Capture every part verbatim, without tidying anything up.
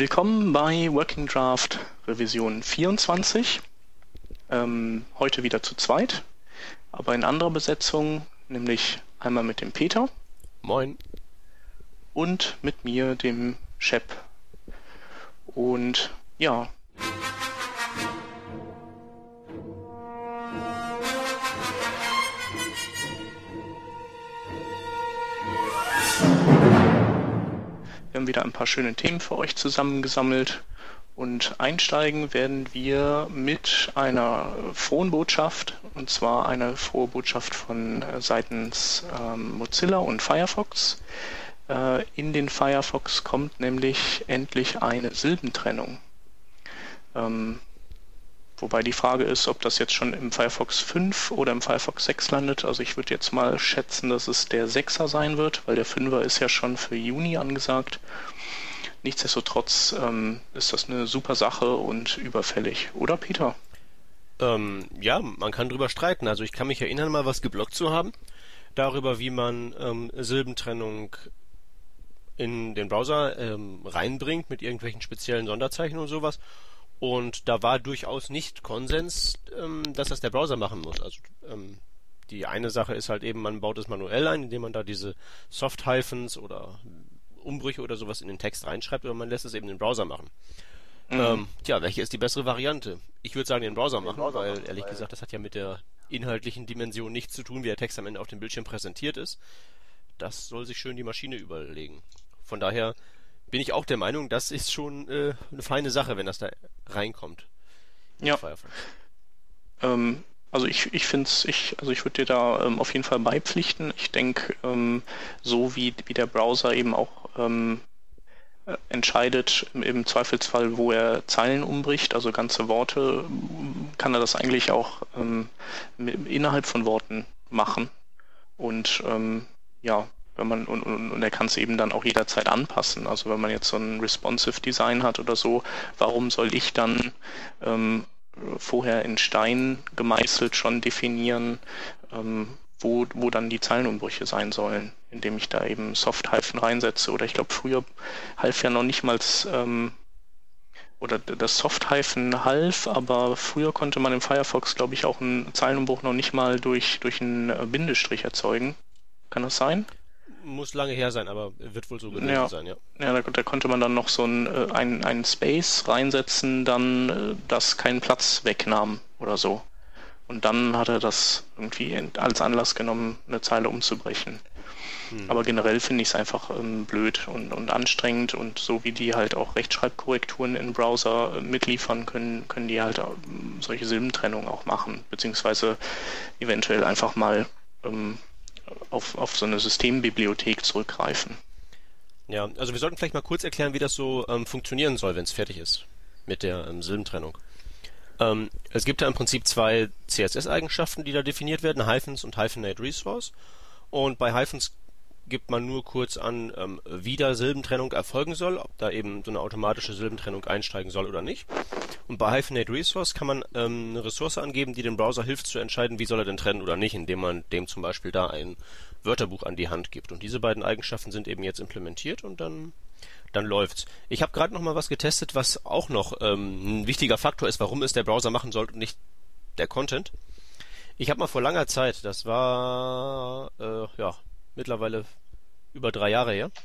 Willkommen bei Working Draft Revision vierundzwanzig. Ähm, heute wieder zu zweit, aber in anderer Besetzung, nämlich einmal mit dem Peter. Moin. Und mit mir, dem Shep. Und ja. Wir haben wieder ein paar schöne Themen für euch zusammengesammelt und einsteigen werden wir mit einer frohen Botschaft, und zwar eine frohe Botschaft von äh, seitens ähm, Mozilla und Firefox. Äh, in den Firefox kommt nämlich endlich eine Silbentrennung. Ähm, Wobei die Frage ist, ob das jetzt schon im Firefox fünf oder im Firefox sechs landet. Also ich würde jetzt mal schätzen, dass es der sechser sein wird, weil der fünfer ist ja schon für Juni angesagt. Nichtsdestotrotz ähm, ist das eine super Sache und überfällig, oder Peter? Ähm, ja, man kann drüber streiten. Also ich kann mich erinnern, mal was geblockt zu haben, darüber, wie man ähm, Silbentrennung in den Browser ähm, reinbringt mit irgendwelchen speziellen Sonderzeichen und sowas. Und da war durchaus nicht Konsens, ähm, dass das der Browser machen muss. Also ähm, die eine Sache ist halt eben, man baut es manuell ein, indem man da diese Soft-Hyphens oder Umbrüche oder sowas in den Text reinschreibt, oder man lässt es eben den Browser machen. Mhm. Ähm, tja, welche ist die bessere Variante? Ich würde sagen, den Browser machen, den Browser weil machen, ehrlich weil gesagt, das hat ja mit der inhaltlichen Dimension nichts zu tun, wie der Text am Ende auf dem Bildschirm präsentiert ist. Das soll sich schön die Maschine überlegen. Von daher bin ich auch der Meinung, das ist schon äh, eine feine Sache, wenn das da reinkommt. Ja. Ähm, also ich ich finde es, ich, also ich würde dir da ähm, auf jeden Fall beipflichten. Ich denke, ähm, so wie, wie der Browser eben auch ähm, äh, entscheidet, im, im Zweifelsfall, wo er Zeilen umbricht, also ganze Worte, kann er das eigentlich auch ähm, innerhalb von Worten machen. Und ähm, ja, wenn man und, und, und er kann es eben dann auch jederzeit anpassen. Also wenn man jetzt so ein responsive Design hat oder so, warum soll ich dann ähm, vorher in Stein gemeißelt schon definieren, ähm, wo, wo dann die Zeilenumbrüche sein sollen, indem ich da eben Soft-Hyphen reinsetze. Oder ich glaube, früher half ja noch nicht mal ähm, oder das Soft-Hyphen half, aber früher konnte man im Firefox, glaube ich, auch einen Zeilenumbruch noch nicht mal durch, durch einen Bindestrich erzeugen. Kann das sein? Muss lange her sein, aber wird wohl so gewesen ja. sein, ja. Ja, da, da konnte man dann noch so ein, ein, ein Space reinsetzen, dann das keinen Platz wegnahm oder so. Und dann hat er das irgendwie als Anlass genommen, eine Zeile umzubrechen. Hm. Aber generell finde ich es einfach ähm, blöd und, und anstrengend, und so wie die halt auch Rechtschreibkorrekturen im Browser äh, mitliefern können, können die halt äh, solche Silbentrennung auch machen, beziehungsweise eventuell einfach mal ähm, auf, auf so eine Systembibliothek zurückgreifen. Ja, also wir sollten vielleicht mal kurz erklären, wie das so ähm, funktionieren soll, wenn es fertig ist mit der ähm, Silbentrennung. Ähm, es gibt da im Prinzip zwei C S S-Eigenschaften, die da definiert werden, Hyphens und Hyphenate Resource. Und bei Hyphens gibt man nur kurz an, ähm, wie da Silbentrennung erfolgen soll, ob da eben so eine automatische Silbentrennung einsteigen soll oder nicht. Und bei Hyphenate Resource kann man ähm, eine Ressource angeben, die dem Browser hilft zu entscheiden, wie soll er denn trennen oder nicht, indem man dem zum Beispiel da ein Wörterbuch an die Hand gibt. Und diese beiden Eigenschaften sind eben jetzt implementiert und dann, dann läuft's. Ich habe gerade noch mal was getestet, was auch noch ähm, ein wichtiger Faktor ist, warum es der Browser machen sollte und nicht der Content. Ich habe mal vor langer Zeit, das war äh, ja mittlerweile über drei Jahre her,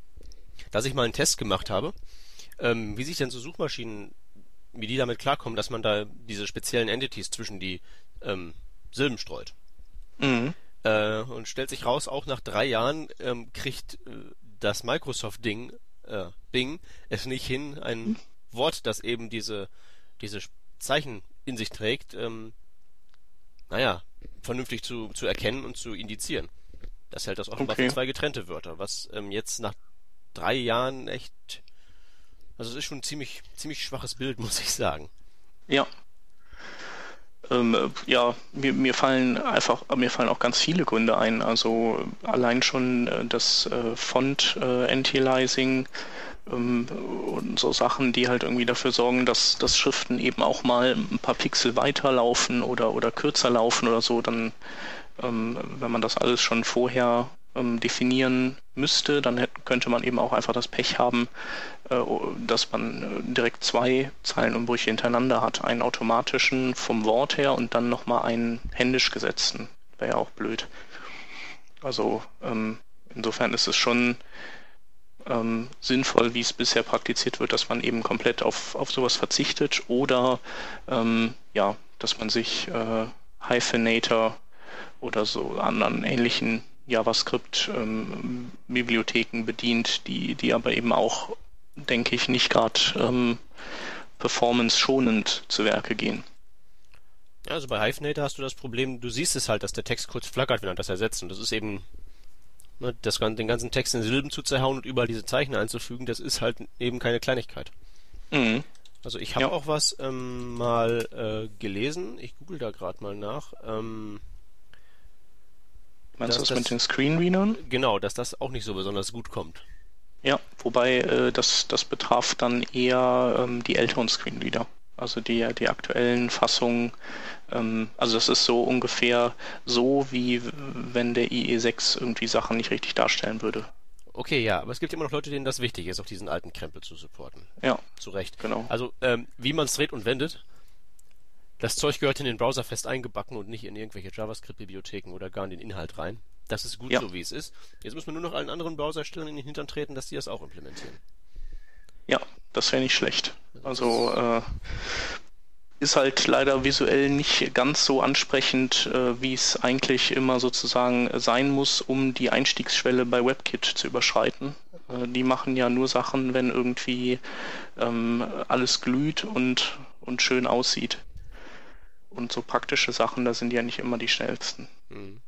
dass ich mal einen Test gemacht habe, ähm, wie sich denn so Suchmaschinen, wie die damit klarkommen, dass man da diese speziellen Entities zwischen die ähm, Silben streut. Mhm. Äh, und stellt sich raus, auch nach drei Jahren ähm, kriegt äh, das Microsoft-Ding, äh, Bing, es nicht hin, ein mhm. Wort, das eben diese, diese Zeichen in sich trägt, ähm, naja, vernünftig zu, zu erkennen und zu indizieren. Das hält das offenbar okay. für zwei getrennte Wörter, was ähm, jetzt nach drei Jahren echt, also es ist schon ein ziemlich, ziemlich schwaches Bild, muss ich sagen. Ja. Ähm, ja, mir, mir fallen einfach, mir fallen auch ganz viele Gründe ein. Also allein schon äh, das äh, Font äh, Anti-Aliasing ähm, und so Sachen, die halt irgendwie dafür sorgen, dass, dass Schriften eben auch mal ein paar Pixel weiterlaufen oder, oder kürzer laufen oder so, dann ähm, wenn man das alles schon vorher ähm, definieren müsste, dann hätte, könnte man eben auch einfach das Pech haben, äh, dass man direkt zwei Zeilenumbrüche hintereinander hat. Einen automatischen vom Wort her und dann nochmal einen händisch gesetzten. Wäre ja auch blöd. Also ähm, insofern ist es schon ähm, sinnvoll, wie es bisher praktiziert wird, dass man eben komplett auf, auf sowas verzichtet oder ähm, ja, dass man sich äh, Hyphenator oder so anderen ähnlichen JavaScript-Bibliotheken ähm, bedient, die, die aber eben auch, denke ich, nicht gerade ähm, performance-schonend zu Werke gehen. Ja, also bei Hyphenator hast du das Problem, du siehst es halt, dass der Text kurz flackert, wenn er das ersetzt. Und das ist eben, ne, das, den ganzen Text in Silben zu zerhauen und überall diese Zeichen einzufügen, das ist halt eben keine Kleinigkeit. Mhm. Also ich habe ja auch was ähm, mal äh, gelesen, ich google da gerade mal nach. Ähm, Meinst du das, das mit den Screenreadern? Genau, dass das auch nicht so besonders gut kommt. Ja, wobei äh, das, das betraf dann eher ähm, die älteren Screenreader. Also die, die aktuellen Fassungen, ähm, also das ist so ungefähr so, wie wenn der I E sechs irgendwie Sachen nicht richtig darstellen würde. Okay, ja, aber es gibt immer noch Leute, denen das wichtig ist, auch diesen alten Krempel zu supporten. Ja. Zu Recht. Genau. Also, ähm, wie man es dreht und wendet, das Zeug gehört in den Browser fest eingebacken und nicht in irgendwelche JavaScript-Bibliotheken oder gar in den Inhalt rein. Das ist gut ja. so, wie es ist. Jetzt müssen wir nur noch allen anderen Browserstellern in den Hintern treten, dass die das auch implementieren. Ja, das wäre nicht schlecht. Also äh, ist halt leider visuell nicht ganz so ansprechend, äh, wie es eigentlich immer sozusagen sein muss, um die Einstiegsschwelle bei WebKit zu überschreiten. Äh, die machen ja nur Sachen, wenn irgendwie ähm, alles glüht und, und schön aussieht. Und so praktische Sachen, da sind die ja nicht immer die schnellsten. Mhm.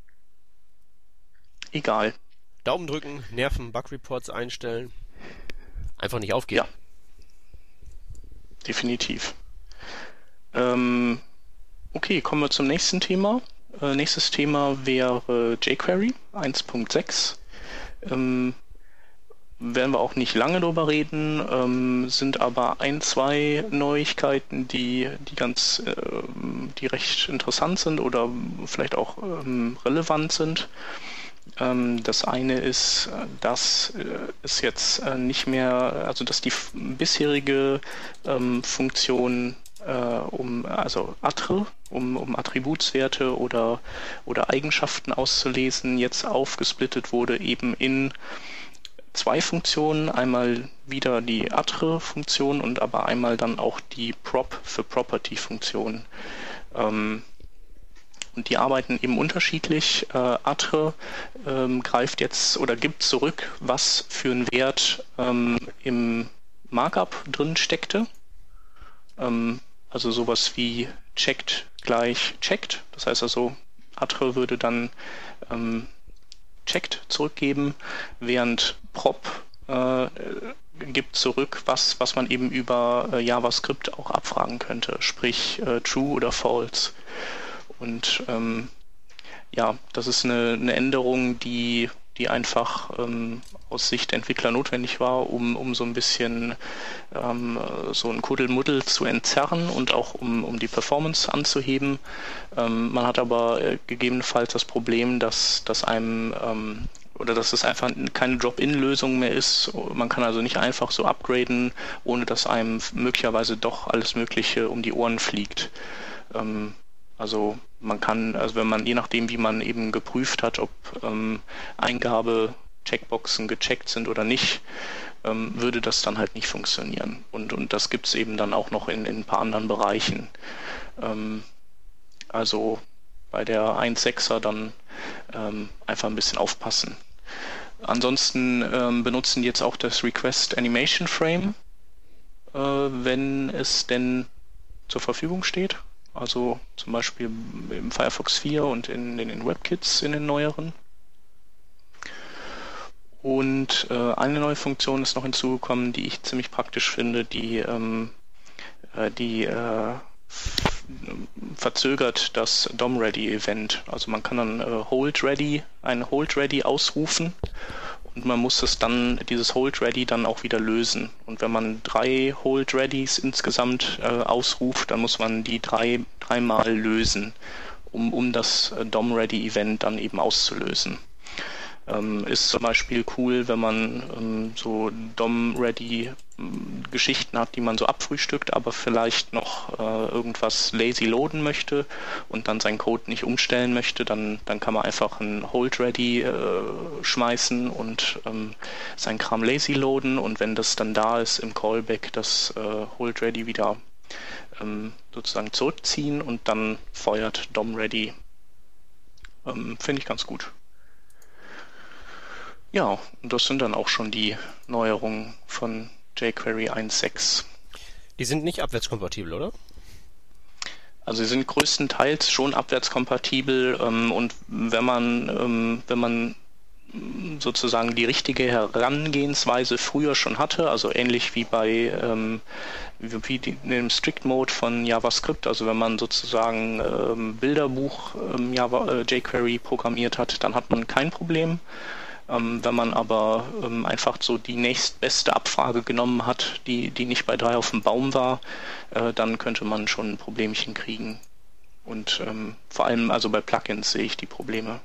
Egal. Daumen drücken, Nerven, Bug-Reports einstellen. Einfach nicht aufgeben. Ja. Definitiv. Ähm, okay, kommen wir zum nächsten Thema. Äh, nächstes Thema wäre jQuery eins Punkt sechs. Ähm, werden wir auch nicht lange drüber reden, ähm, sind aber ein, zwei Neuigkeiten, die, die ganz, äh, die recht interessant sind oder vielleicht auch ähm, relevant sind. Ähm, das eine ist, dass äh, es jetzt äh, nicht mehr, also dass die f- bisherige ähm, Funktion äh, um, also Attre, um, um Attributswerte oder, oder Eigenschaften auszulesen, jetzt aufgesplittet wurde eben in zwei Funktionen, einmal wieder die Attre-Funktion und aber einmal dann auch die Prop für Property-Funktion. Ähm, und die arbeiten eben unterschiedlich. Äh, Attre ähm, greift jetzt oder gibt zurück, was für ein Wert ähm, im Markup drin steckte. Ähm, also sowas wie checked gleich checked. Das heißt also, Attre würde dann ähm, checked zurückgeben, während Prop äh, gibt zurück, was, was man eben über äh, JavaScript auch abfragen könnte, sprich äh, true oder false. Und ähm, ja, das ist eine, eine Änderung, die, die einfach ähm, aus Sicht der Entwickler notwendig war, um, um so ein bisschen ähm, so ein Kuddelmuddel zu entzerren und auch um, um die Performance anzuheben. Ähm, man hat aber äh, gegebenenfalls das Problem, dass, dass einem ähm, oder dass es einfach keine Drop-in-Lösung mehr ist. Man kann also nicht einfach so upgraden, ohne dass einem möglicherweise doch alles Mögliche um die Ohren fliegt. Ähm, Also man kann, also wenn man, je nachdem wie man eben geprüft hat, ob ähm, Eingabe-Checkboxen gecheckt sind oder nicht, ähm, würde das dann halt nicht funktionieren. Und, und das gibt es eben dann auch noch in, in ein paar anderen Bereichen. Ähm, also bei der eins Punkt sechser dann ähm, einfach ein bisschen aufpassen. Ansonsten ähm, benutzen die jetzt auch das Request Animation Frame, äh, wenn es denn zur Verfügung steht. Also zum Beispiel im Firefox vier und in, in den WebKits in den neueren. Und äh, eine neue Funktion ist noch hinzugekommen, die ich ziemlich praktisch finde, die, ähm, äh, die äh, f- verzögert das D O M-Ready-Event. Also man kann dann äh, Hold-Ready, ein Hold-Ready ausrufen und man muss es dann, dieses Hold-Ready dann auch wieder lösen. Und wenn man drei Hold-Readies insgesamt äh, ausruft, dann muss man die drei dreimal lösen, um, um das äh, D O M-Ready-Event dann eben auszulösen. Ähm, ist zum Beispiel cool, wenn man ähm, so D O M-Ready-Geschichten hat, die man so abfrühstückt, aber vielleicht noch äh, irgendwas lazy loaden möchte und dann seinen Code nicht umstellen möchte, dann, dann kann man einfach ein Hold-Ready äh, schmeißen und ähm, sein Kram lazy loaden, und wenn das dann da ist im Callback, das äh, Hold-Ready wieder ähm, sozusagen zurückziehen und dann feuert D O M-Ready. Ähm, finde ich ganz gut. Ja, und das sind dann auch schon die Neuerungen von jQuery eins Punkt sechs. Die sind nicht abwärtskompatibel, oder? Also sie sind größtenteils schon abwärtskompatibel, ähm, und wenn man, ähm, wenn man sozusagen die richtige Herangehensweise früher schon hatte, also ähnlich wie bei ähm, wie die, in dem Strict Mode von JavaScript, also wenn man sozusagen ähm, Bilderbuch ähm, Java, äh, jQuery programmiert hat, dann hat man kein Problem. Ähm, wenn man aber ähm, einfach so die nächstbeste Abfrage genommen hat, die, die nicht bei drei auf dem Baum war, äh, dann könnte man schon ein Problemchen kriegen. Und ähm, vor allem also bei Plugins sehe ich die Probleme.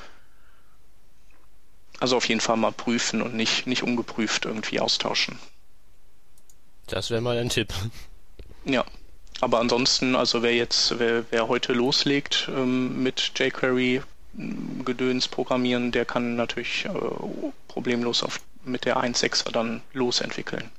Also auf jeden Fall mal prüfen und nicht, nicht ungeprüft irgendwie austauschen. Das wäre mal ein Tipp. Ja, aber ansonsten, also wer jetzt, wer, wer heute loslegt ähm, mit jQuery Gedöns programmieren, der kann natürlich äh, problemlos auf, mit der eins Punkt sechser dann losentwickeln.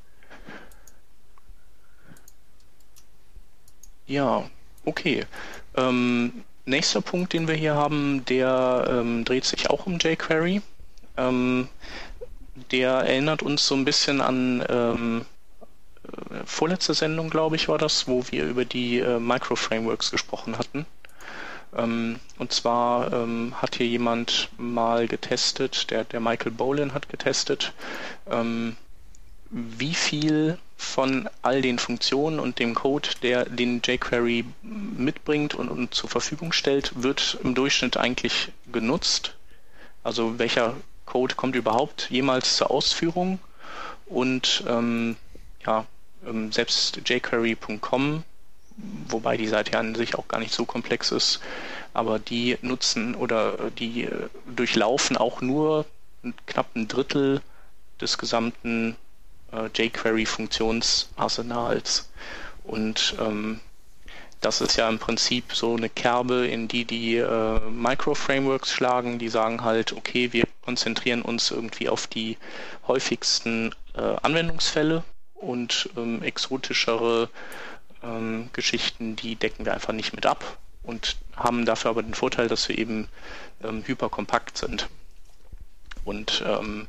Ja, okay. Ähm, nächster Punkt, den wir hier haben, der ähm, dreht sich auch um jQuery. Ähm, der erinnert uns so ein bisschen an ähm, vorletzte Sendung, glaube ich, war das, wo wir über die äh, Micro-Frameworks gesprochen hatten. Ähm, und zwar ähm, hat hier jemand mal getestet, der, der Michael Bolin hat getestet, ähm, wie viel von all den Funktionen und dem Code, der den jQuery mitbringt und, und zur Verfügung stellt, wird im Durchschnitt eigentlich genutzt. Also welcher Code kommt überhaupt jemals zur Ausführung? Und ähm, ja, ähm, selbst jQuery Punkt com, wobei die Seite an sich auch gar nicht so komplex ist, aber die nutzen oder die durchlaufen auch nur knapp ein Drittel des gesamten äh, jQuery-Funktionsarsenals. Und ähm, das ist ja im Prinzip so eine Kerbe, in die die äh, Micro-Frameworks schlagen. Die sagen halt, okay, wir konzentrieren uns irgendwie auf die häufigsten äh, Anwendungsfälle und ähm, exotischere ähm, Geschichten, die decken wir einfach nicht mit ab und haben dafür aber den Vorteil, dass wir eben ähm, hyperkompakt sind. Und ähm,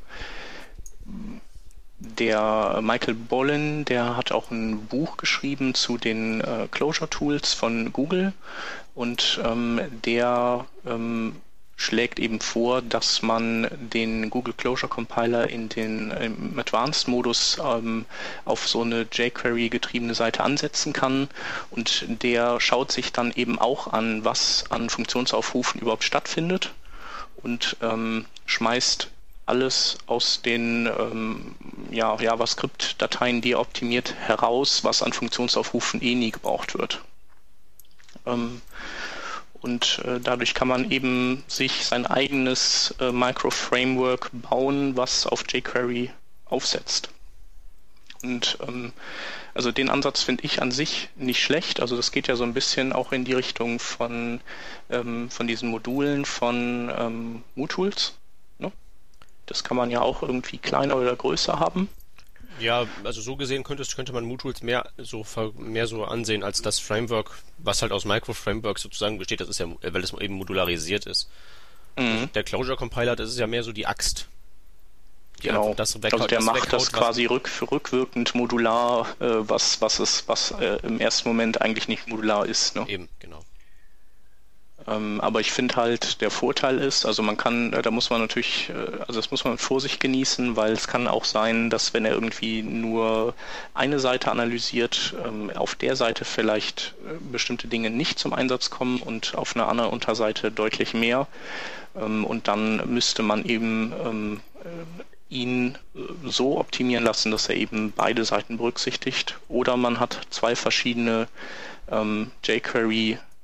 der Michael Bolin, der hat auch ein Buch geschrieben zu den äh, Closure Tools von Google, und ähm, der ähm, schlägt eben vor, dass man den Google Closure Compiler in den im Advanced Modus ähm, auf so eine jQuery getriebene Seite ansetzen kann, und der schaut sich dann eben auch an, was an Funktionsaufrufen überhaupt stattfindet, und ähm, schmeißt alles aus den ähm, ja, JavaScript-Dateien, die er optimiert, heraus, was an Funktionsaufrufen eh nie gebraucht wird. Ähm, und äh, dadurch kann man eben sich sein eigenes äh, Micro-Framework bauen, was auf jQuery aufsetzt. Und ähm, also den Ansatz finde ich an sich nicht schlecht. Also das geht ja so ein bisschen auch in die Richtung von, ähm, von diesen Modulen von ähm, MooTools. Ne? Das kann man ja auch irgendwie kleiner oder größer haben. Ja, also so gesehen könnte, könnte man MooTools mehr so mehr so ansehen als das Framework, was halt aus Micro-Frameworks sozusagen besteht. Das ist ja, weil es eben modularisiert ist. Mhm. Der Closure Compiler, das ist ja mehr so die Axt. Die genau, das also der das macht das quasi rück, rückwirkend modular, äh, was, was, es, was äh, im ersten Moment eigentlich nicht modular ist. Ne? Eben, genau. Ähm, aber ich finde halt, der Vorteil ist, also man kann, äh, da muss man natürlich, äh, also das muss man mit Vorsicht genießen, weil es kann auch sein, dass wenn er irgendwie nur eine Seite analysiert, ähm, auf der Seite vielleicht äh, bestimmte Dinge nicht zum Einsatz kommen und auf einer anderen Unterseite deutlich mehr. Ähm, und dann müsste man eben ähm, äh, ihn so optimieren lassen, dass er eben beide Seiten berücksichtigt. Oder man hat zwei verschiedene ähm, jQuery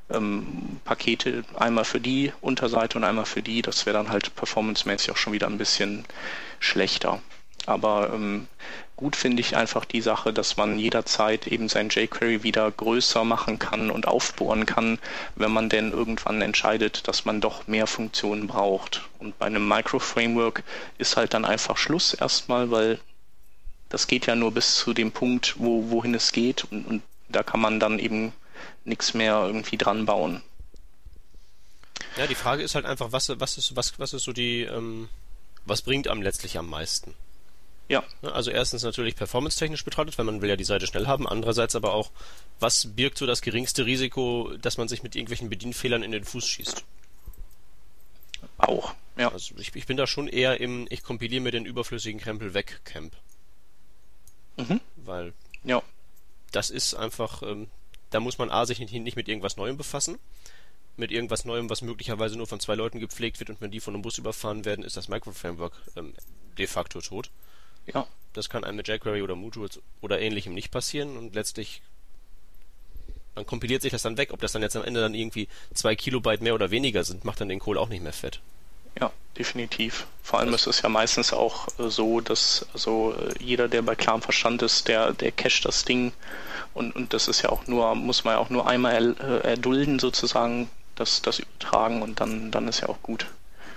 ähm, Pakete, einmal für die Unterseite und einmal für die. Das wäre dann halt performancemäßig auch schon wieder ein bisschen schlechter. Aber ähm, gut finde ich einfach die Sache, dass man jederzeit eben sein jQuery wieder größer machen kann und aufbohren kann, wenn man denn irgendwann entscheidet, dass man doch mehr Funktionen braucht. Und bei einem Micro-Framework ist halt dann einfach Schluss erstmal, weil das geht ja nur bis zu dem Punkt, wo, wohin es geht, und, und da kann man dann eben nichts mehr irgendwie dran bauen. Ja, die Frage ist halt einfach, was, was ist, was, was ist so die, ähm, was bringt einem letztlich am meisten? Ja. Also erstens natürlich performance-technisch betrachtet, weil man will ja die Seite schnell haben. Andererseits aber auch, was birgt so das geringste Risiko, dass man sich mit irgendwelchen Bedienfehlern in den Fuß schießt? Auch, ja. Also ich, ich bin da schon eher im, ich kompiliere mir den überflüssigen Krempel weg Camp. Mhm. Weil ja. das ist einfach, ähm, da muss man A, sich nicht, nicht mit irgendwas Neuem befassen. Mit irgendwas Neuem, was möglicherweise nur von zwei Leuten gepflegt wird, und wenn die von einem Bus überfahren werden, ist das Micro-Framework ähm, de facto tot. Ja. Das kann einem mit jQuery oder MooTools oder ähnlichem nicht passieren, und letztlich dann kompiliert sich das dann weg. Ob das dann jetzt am Ende dann irgendwie zwei Kilobyte mehr oder weniger sind, macht dann den Kohl auch nicht mehr fett. Ja, definitiv. Vor allem ist es ja meistens auch äh, so, dass also äh, jeder, der bei klarem Verstand ist, der, der cached das Ding, und, und das ist ja auch nur, muss man ja auch nur einmal äh, erdulden sozusagen, das, das übertragen, und dann, dann ist ja auch gut.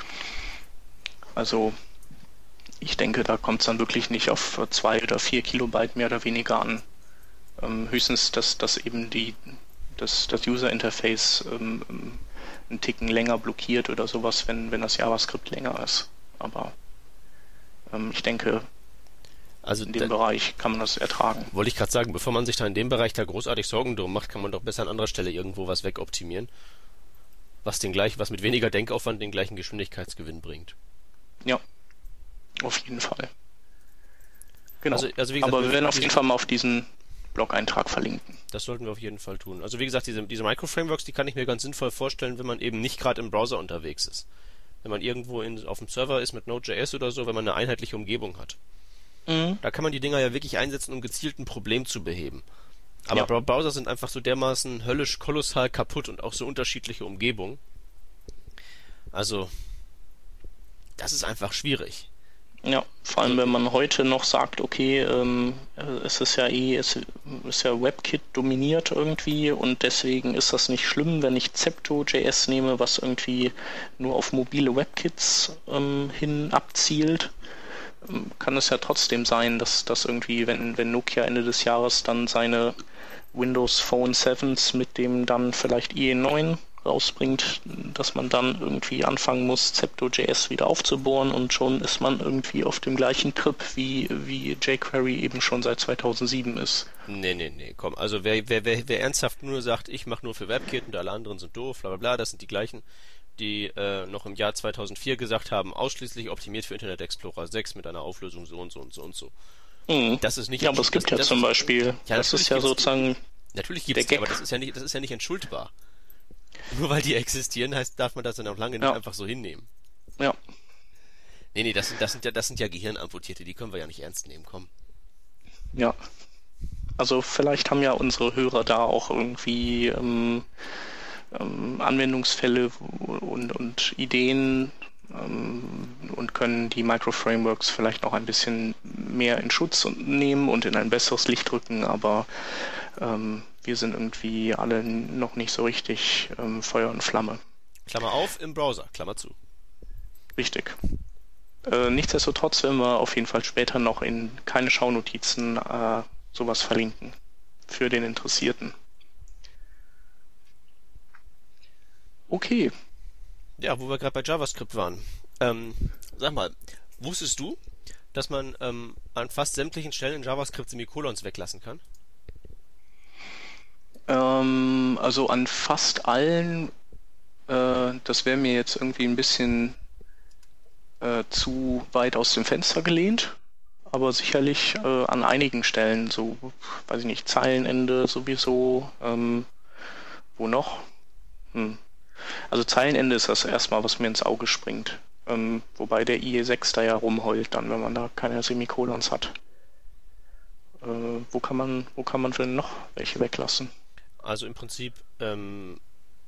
Also ich denke, da kommt es dann wirklich nicht auf zwei oder vier Kilobyte mehr oder weniger an. Ähm, höchstens, dass, dass eben die, das, das User-Interface ähm, einen Ticken länger blockiert oder sowas, wenn, wenn das JavaScript länger ist. Aber ähm, ich denke, also in dem Bereich kann man das ertragen. Wollte ich gerade sagen, bevor man sich da in dem Bereich da großartig Sorgen drum macht, kann man doch besser an anderer Stelle irgendwo was wegoptimieren, was den gleich, was mit weniger Denkaufwand den gleichen Geschwindigkeitsgewinn bringt. Ja, auf jeden Fall. Genau. Also, also wie gesagt, aber wir werden auf jeden Fall mal auf diesen Blog-Eintrag verlinken. Das sollten wir auf jeden Fall tun. Also wie gesagt, diese, diese Micro-Frameworks, die kann ich mir ganz sinnvoll vorstellen, wenn man eben nicht gerade im Browser unterwegs ist. Wenn man irgendwo in, auf dem Server ist mit Node.js oder so, wenn man eine einheitliche Umgebung hat. Mhm. Da kann man die Dinger ja wirklich einsetzen, um gezielt ein Problem zu beheben. Aber ja. Browser sind einfach so dermaßen höllisch, kolossal kaputt und auch so unterschiedliche Umgebungen. Also, das ist einfach schwierig. Ja, vor allem wenn man heute noch sagt, okay, ähm, es ist ja eh, es ist ja WebKit dominiert irgendwie, und deswegen ist das nicht schlimm, wenn ich Zepto.js nehme, was irgendwie nur auf mobile WebKits ähm, hin abzielt. Ähm, kann es ja trotzdem sein, dass das irgendwie, wenn, wenn Nokia Ende des Jahres dann seine Windows Phone sevens mit dem dann vielleicht I E neun rausbringt, dass man dann irgendwie anfangen muss, Zepto.js wieder aufzubohren, und schon ist man irgendwie auf dem gleichen Trip, wie, wie jQuery eben schon seit zweitausendsieben ist. Nee, nee, nee, komm. Also wer, wer, wer, wer ernsthaft nur sagt, ich mache nur für WebKit und alle anderen sind doof, bla bla bla, das sind die gleichen, die äh, noch im Jahr zweitausendvier gesagt haben, ausschließlich optimiert für Internet Explorer sechs mit einer Auflösung so und so und so und so. Mhm. Das ist nicht. Ja, aber es gibt ja zum Beispiel, ja, das ist ja sozusagen. Natürlich gibt es, aber das ist ja nicht, das ist ja nicht entschuldbar. Nur weil die existieren, heißt, darf man das dann auch lange nicht ja. einfach so hinnehmen. Ja. Nee, nee, das sind, das sind ja, das sind ja Gehirnamputierte, die können wir ja nicht ernst nehmen, komm. Ja. Also vielleicht haben ja unsere Hörer da auch irgendwie ähm, ähm, Anwendungsfälle und, und Ideen ähm, und können die Micro-Frameworks vielleicht noch ein bisschen mehr in Schutz nehmen und in ein besseres Licht rücken, aber ähm, wir sind irgendwie alle noch nicht so richtig ähm, Feuer und Flamme. Klammer auf, im Browser, Klammer zu. Richtig. Äh, nichtsdestotrotz werden wir auf jeden Fall später noch in keine Schaunotizen äh, sowas verlinken. Für den Interessierten. Okay. Ja, wo wir gerade bei JavaScript waren. Ähm, sag mal, wusstest du, dass man ähm, an fast sämtlichen Stellen in JavaScript Semikolons weglassen kann? Ähm, also an fast allen, äh, das wäre mir jetzt irgendwie ein bisschen äh, zu weit aus dem Fenster gelehnt, aber sicherlich äh, an einigen Stellen, so, weiß ich nicht, Zeilenende sowieso, ähm, wo noch? Hm. Also Zeilenende ist das erstmal, was mir ins Auge springt, ähm, wobei der I E sechs da ja rumheult dann, wenn man da keine Semikolons hat. Äh, wo kann man, wo kann man denn noch welche weglassen? Also im Prinzip ähm,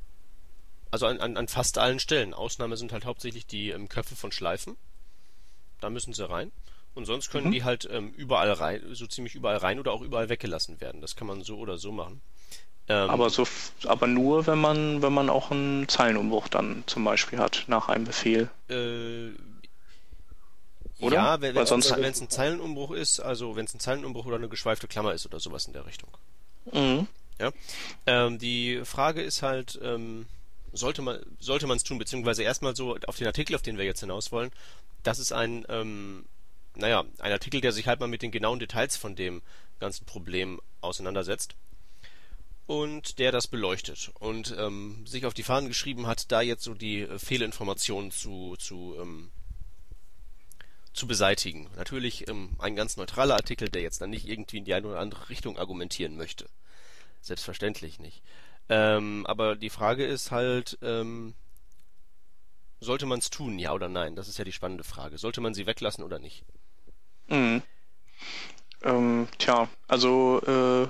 also an, an, an fast allen Stellen. Ausnahme sind halt hauptsächlich die ähm, Köpfe von Schleifen. Da müssen sie rein. Und sonst können mhm. die halt ähm, überall rein, so ziemlich überall rein oder auch überall weggelassen werden. Das kann man so oder so machen. Ähm, aber so, aber nur, wenn man, wenn man auch einen Zeilenumbruch dann zum Beispiel hat nach einem Befehl. Äh, oder? Ja, wenn es ein, ein Zeilenumbruch ist, also wenn es ein Zeilenumbruch oder eine geschweifte Klammer ist oder sowas in der Richtung. Mhm. Ja. Ähm, die Frage ist halt, ähm, sollte man sollte man es tun, beziehungsweise erstmal so auf den Artikel, auf den wir jetzt hinaus wollen. Das ist ein, ähm, naja, ein Artikel, der sich halt mal mit den genauen Details von dem ganzen Problem auseinandersetzt und der das beleuchtet und ähm, sich auf die Fahnen geschrieben hat, da jetzt so die äh, Fehlinformationen zu zu ähm, zu beseitigen. Natürlich ähm, ein ganz neutraler Artikel, der jetzt dann nicht irgendwie in die eine oder andere Richtung argumentieren möchte. Selbstverständlich nicht. Ähm, aber die Frage ist halt, ähm, sollte man es tun, ja oder nein? Das ist ja die spannende Frage. Sollte man sie weglassen oder nicht? Mhm. Ähm, tja, also äh,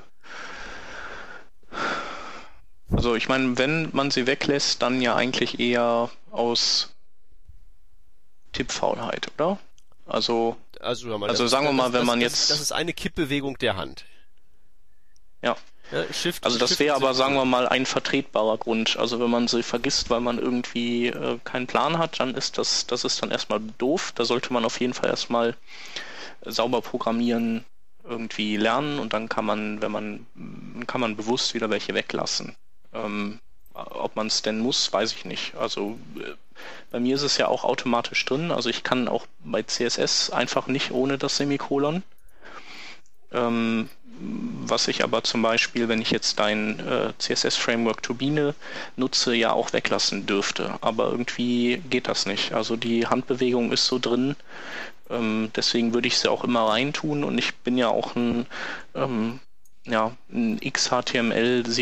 also ich meine, wenn man sie weglässt, dann ja eigentlich eher aus Tippfaulheit, oder? Also, also, mal, also sagen ist, wir mal, das, wenn das, man das, jetzt... Das ist eine Kippbewegung der Hand. Ja. ja Shift, also das wäre aber, sagen wir mal, ein vertretbarer Grund. Also wenn man sie vergisst, weil man irgendwie äh, keinen Plan hat, dann ist das, das ist dann erstmal doof. Da sollte man auf jeden Fall erstmal sauber programmieren irgendwie lernen und dann kann man, wenn man, kann man bewusst wieder welche weglassen. Ähm, ob man es denn muss, weiß ich nicht. Also äh, bei mir ist es ja auch automatisch drin. Also ich kann auch bei C S S einfach nicht ohne das Semikolon. Ähm, was ich aber zum Beispiel, wenn ich jetzt dein äh, C S S-Framework Turbine nutze, ja auch weglassen dürfte. Aber irgendwie geht das nicht. Also die Handbewegung ist so drin. Ähm, deswegen würde ich sie auch immer reintun. Und ich bin ja auch ein, ähm, ja, ein X H T M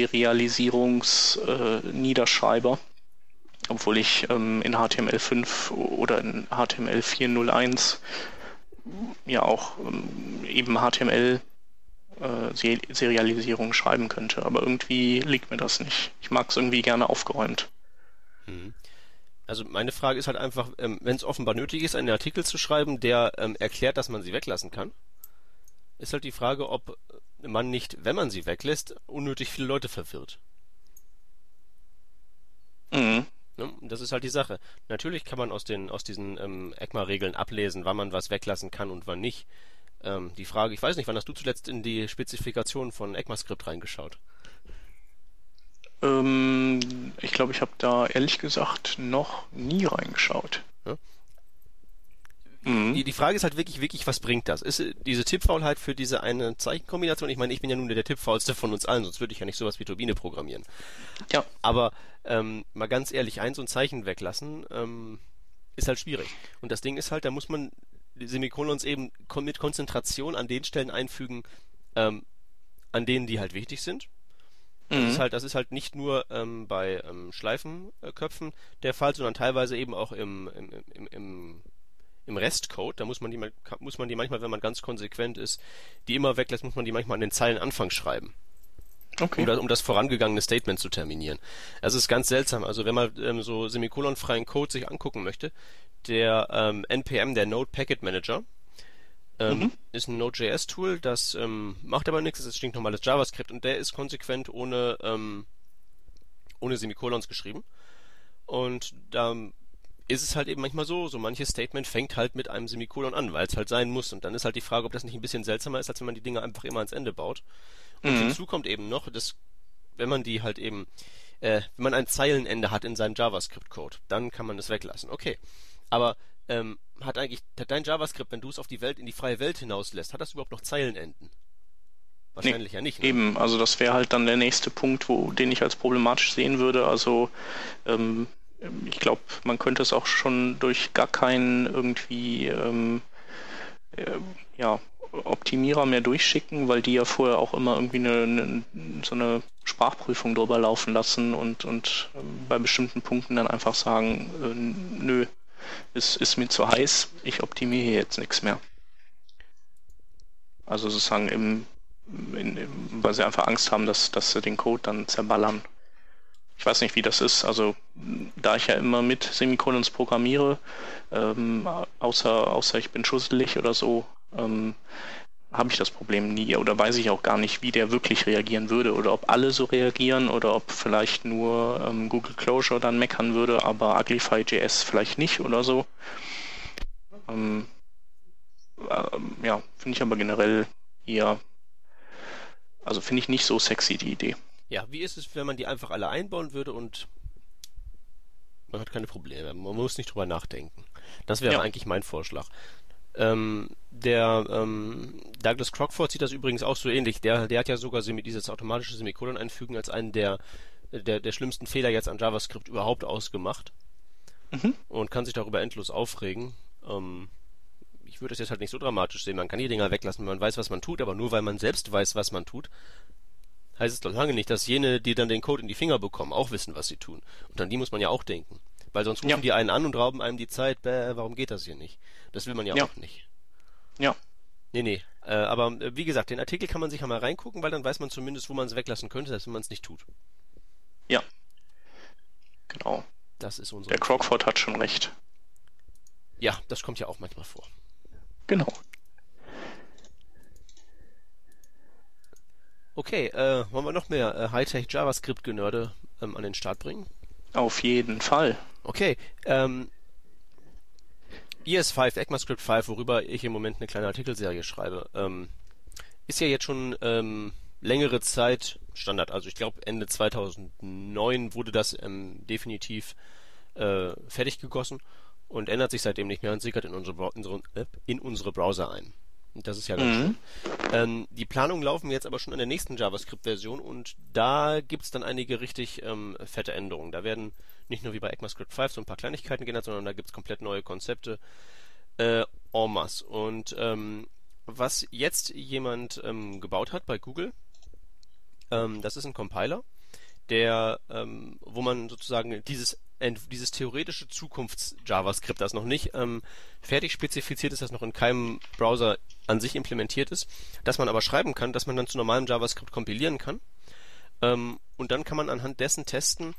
L-Serialisierungs-Niederschreiber. Obwohl ich ähm, in H T M L fünf oder in H T M L vier Punkt null eins ja auch ähm, eben H T M L äh, Serialisierung schreiben könnte, aber irgendwie liegt mir das nicht. Ich mag es irgendwie gerne aufgeräumt. Mhm. Also meine Frage ist halt einfach, ähm, wenn es offenbar nötig ist, einen Artikel zu schreiben, der ähm, erklärt, dass man sie weglassen kann, ist halt die Frage, ob man nicht, wenn man sie weglässt, unnötig viele Leute verwirrt. Mhm. Das ist halt die Sache. Natürlich kann man aus den aus diesen ähm, ECMA-Regeln ablesen, wann man was weglassen kann und wann nicht. Ähm, die Frage, ich weiß nicht, wann hast du zuletzt in die Spezifikation von ECMAScript reingeschaut? Ähm, ich glaube, ich habe da ehrlich gesagt noch nie reingeschaut. Ja? Die, die Frage ist halt wirklich, wirklich, was bringt das? Ist diese Tippfaulheit für diese eine Zeichenkombination? Ich meine, ich bin ja nun der Tippfaulste von uns allen, sonst würde ich ja nicht sowas wie Turbine programmieren. Ja. Aber ähm, mal ganz ehrlich, ein so ein Zeichen weglassen, ähm, ist halt schwierig. Und das Ding ist halt, da muss man die Semikolons eben mit Konzentration an den Stellen einfügen, ähm, an denen die halt wichtig sind. Das mhm. ist halt, das ist halt nicht nur ähm, bei ähm, Schleifenköpfen der Fall, sondern teilweise eben auch im, im, im, im Im Restcode, da muss man die muss man die manchmal, wenn man ganz konsequent ist, die immer weglässt, muss man die manchmal an den Zeilenanfang schreiben. Okay. Um das, um das vorangegangene Statement zu terminieren. Das ist ganz seltsam. Also wenn man ähm, so semikolonfreien Code sich angucken möchte, der ähm, N P M, der Node Packet Manager, ähm, mhm. ist ein Node.js-Tool, das ähm, macht aber nichts, das ist stinknormales JavaScript und der ist konsequent ohne ähm, ohne Semikolons geschrieben. Und da ist es halt eben manchmal so, so manches Statement fängt halt mit einem Semikolon an, weil es halt sein muss. Und dann ist halt die Frage, ob das nicht ein bisschen seltsamer ist, als wenn man die Dinge einfach immer ans Ende baut. Und mhm. hinzu kommt eben noch, dass wenn man die halt eben, äh, wenn man ein Zeilenende hat in seinem JavaScript-Code, dann kann man das weglassen. Okay, aber ähm, hat eigentlich hat dein JavaScript, wenn du es auf die Welt, in die freie Welt hinauslässt, hat das überhaupt noch Zeilenenden? Wahrscheinlich nee, ja nicht. Ne? Eben, also das wäre halt dann der nächste Punkt, wo den ich als problematisch sehen würde. Also ähm, ich glaube, man könnte es auch schon durch gar keinen irgendwie ähm, äh, ja, Optimierer mehr durchschicken, weil die ja vorher auch immer irgendwie eine, eine, so eine Sprachprüfung drüber laufen lassen und, und äh, bei bestimmten Punkten dann einfach sagen, äh, nö, es ist mir zu heiß, ich optimiere hier jetzt nichts mehr. Also sozusagen im, in, im, weil sie einfach Angst haben, dass, dass sie den Code dann zerballern. ich weiß nicht, wie das ist. Also da ich ja immer mit Semikolons programmiere, ähm, außer, außer ich bin schusselig oder so, ähm, habe ich das Problem nie oder weiß ich auch gar nicht, wie der wirklich reagieren würde oder ob alle so reagieren oder ob vielleicht nur ähm, Google Closure dann meckern würde, aber Uglify.js vielleicht nicht oder so. Ähm, äh, ja, finde ich aber generell eher, also finde ich nicht so sexy, die Idee. Ja, wie ist es, wenn man die einfach alle einbauen würde und man hat keine Probleme, man muss nicht drüber nachdenken. Das wäre Ja. eigentlich mein Vorschlag. Ähm, der ähm, Douglas Crockford sieht das übrigens auch so ähnlich. Der, der hat ja sogar Semi, dieses automatische Semikolon einfügen als einen der, der, der schlimmsten Fehler jetzt an JavaScript überhaupt ausgemacht. Mhm. Und kann sich darüber endlos aufregen. Ähm, ich würde es jetzt halt nicht so dramatisch sehen. Man kann die Dinger weglassen, wenn man weiß, was man tut, aber nur weil man selbst weiß, was man tut, heißt es doch lange nicht, dass jene, die dann den Code in die Finger bekommen, auch wissen, was sie tun. Und an die muss man ja auch denken. Weil sonst rufen Ja. die einen an und rauben einem die Zeit. Bäh, warum geht das hier nicht? Das will man ja, Ja. auch nicht. Ja. Nee, nee. Äh, aber äh, wie gesagt, den Artikel kann man sich ja mal reingucken, weil dann weiß man zumindest, wo man es weglassen könnte, selbst wenn man es nicht tut. Ja. Genau. Das ist unsere... Der Crockford hat schon recht. Ja, das kommt ja auch manchmal vor. Genau. Okay, äh, wollen wir noch mehr äh, Hightech-JavaScript-Genörde ähm, an den Start bringen? Auf jeden Fall. Okay, ähm, E S fünf, ECMAScript fünf, worüber ich im Moment eine kleine Artikelserie schreibe, ähm, ist ja jetzt schon ähm, längere Zeit Standard. Also ich glaube Ende zweitausendneun wurde das ähm, definitiv äh, fertig gegossen und ändert sich seitdem nicht mehr und sickert in unsere, in, äh, in unsere Browser ein. Und das ist ja ganz Mhm. schön. Ähm, die Planungen laufen jetzt aber schon an der nächsten JavaScript-Version und da gibt's dann einige richtig ähm, fette Änderungen. Da werden nicht nur wie bei ECMAScript fünf so ein paar Kleinigkeiten geändert, sondern da gibt's komplett neue Konzepte äh, en masse. Und ähm, was jetzt jemand ähm, gebaut hat bei Google, ähm, das ist ein Compiler, der, ähm, wo man sozusagen dieses dieses theoretische Zukunfts-JavaScript, das noch nicht ähm, fertig spezifiziert ist, das noch in keinem Browser an sich implementiert ist, dass man aber schreiben kann, dass man dann zu normalem JavaScript kompilieren kann. Ähm, und dann kann man anhand dessen testen,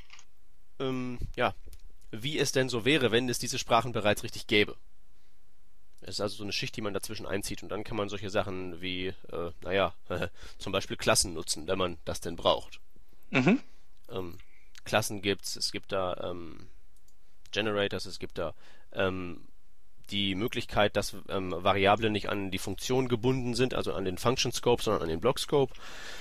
ähm, ja, wie es denn so wäre, wenn es diese Sprachen bereits richtig gäbe. Es ist also so eine Schicht, die man dazwischen einzieht und dann kann man solche Sachen wie, äh, naja, zum Beispiel Klassen nutzen, wenn man das denn braucht. Mhm. Ähm, Klassen gibt's, es gibt da ähm, Generators, es gibt da ähm, die Möglichkeit, dass ähm, Variablen nicht an die Funktion gebunden sind, also an den Function Scope, sondern an den Block Scope.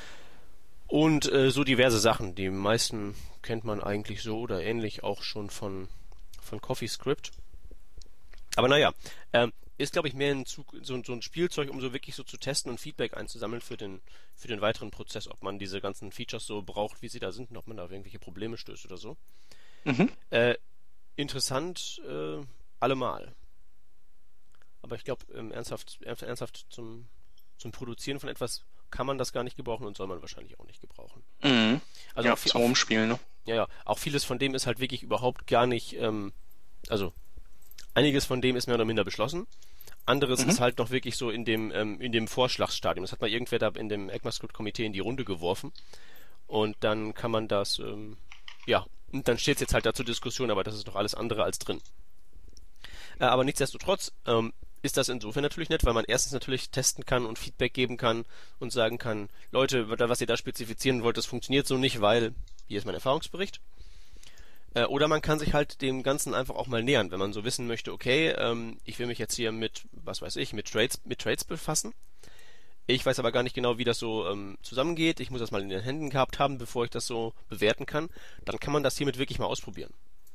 Und äh, so diverse Sachen. Die meisten kennt man eigentlich so oder ähnlich auch schon von, von CoffeeScript. Aber naja, ähm, ist glaube ich mehr ein Zug, so, so ein Spielzeug, um so wirklich so zu testen und Feedback einzusammeln für den für den weiteren Prozess, ob man diese ganzen Features so braucht, wie sie da sind und ob man da auf irgendwelche Probleme stößt oder so. Mhm. Äh, interessant äh, allemal. Aber ich glaube, ähm, ernsthaft, ernsthaft zum, zum Produzieren von etwas kann man das gar nicht gebrauchen und soll man wahrscheinlich auch nicht gebrauchen. Mhm. Also ja, auch, zum Rumspielen, ne? Ja, ja, auch vieles von dem ist halt wirklich überhaupt gar nicht, ähm, also einiges von dem ist mehr oder minder beschlossen. Anderes Mhm. ist halt noch wirklich so in dem ähm, in dem Vorschlagsstadium. Das hat mal irgendwer da in dem ECMAScript-Komitee in die Runde geworfen. Und dann kann man das, ähm, ja, und dann steht es jetzt halt da zur Diskussion, aber das ist doch alles andere als drin. Äh, aber nichtsdestotrotz ähm, ist das insofern natürlich nett, weil man erstens natürlich testen kann und Feedback geben kann und sagen kann, Leute, was ihr da spezifizieren wollt, das funktioniert so nicht, weil hier ist mein Erfahrungsbericht. Oder man kann sich halt dem Ganzen einfach auch mal nähern, wenn man so wissen möchte, okay, ähm, ich will mich jetzt hier mit, was weiß ich, mit Trades, mit Trades befassen. Ich weiß aber gar nicht genau, wie das so ähm, zusammengeht. Ich muss das mal in den Händen gehabt haben, bevor ich das so bewerten kann. Dann kann man das hiermit wirklich mal ausprobieren.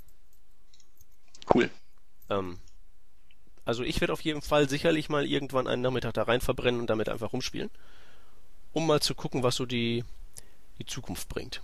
Cool. Ähm, also ich werde auf jeden Fall sicherlich mal irgendwann einen Nachmittag da rein verbrennen und damit einfach rumspielen, um mal zu gucken, was so die, die Zukunft bringt.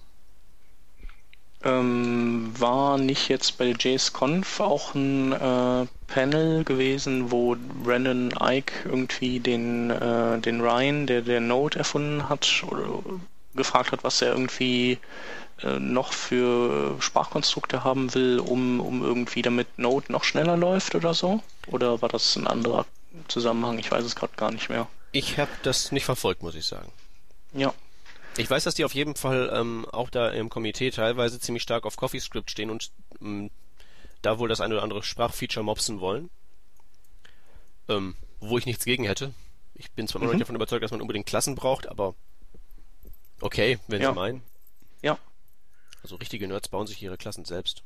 Ähm, war nicht jetzt bei der JSConf auch ein äh, Panel gewesen, wo Brandon Ike irgendwie den, äh, den Ryan, der der Node erfunden hat, oder gefragt hat, was er irgendwie äh, noch für Sprachkonstrukte haben will, um, um irgendwie damit Node noch schneller läuft oder so? Oder war das ein anderer Zusammenhang? Ich weiß es gerade gar nicht mehr. Ich habe das nicht verfolgt, muss ich sagen. Ja. Ich weiß, dass die auf jeden Fall ähm, auch da im Komitee teilweise ziemlich stark auf CoffeeScript stehen und ähm, da wohl das eine oder andere Sprachfeature mopsen wollen. Ähm, wo ich nichts gegen hätte. Ich bin zwar immer mhm. noch nicht davon überzeugt, dass man unbedingt Klassen braucht, aber okay, wenn ja. Sie meinen. Ja. Also richtige Nerds bauen sich ihre Klassen selbst.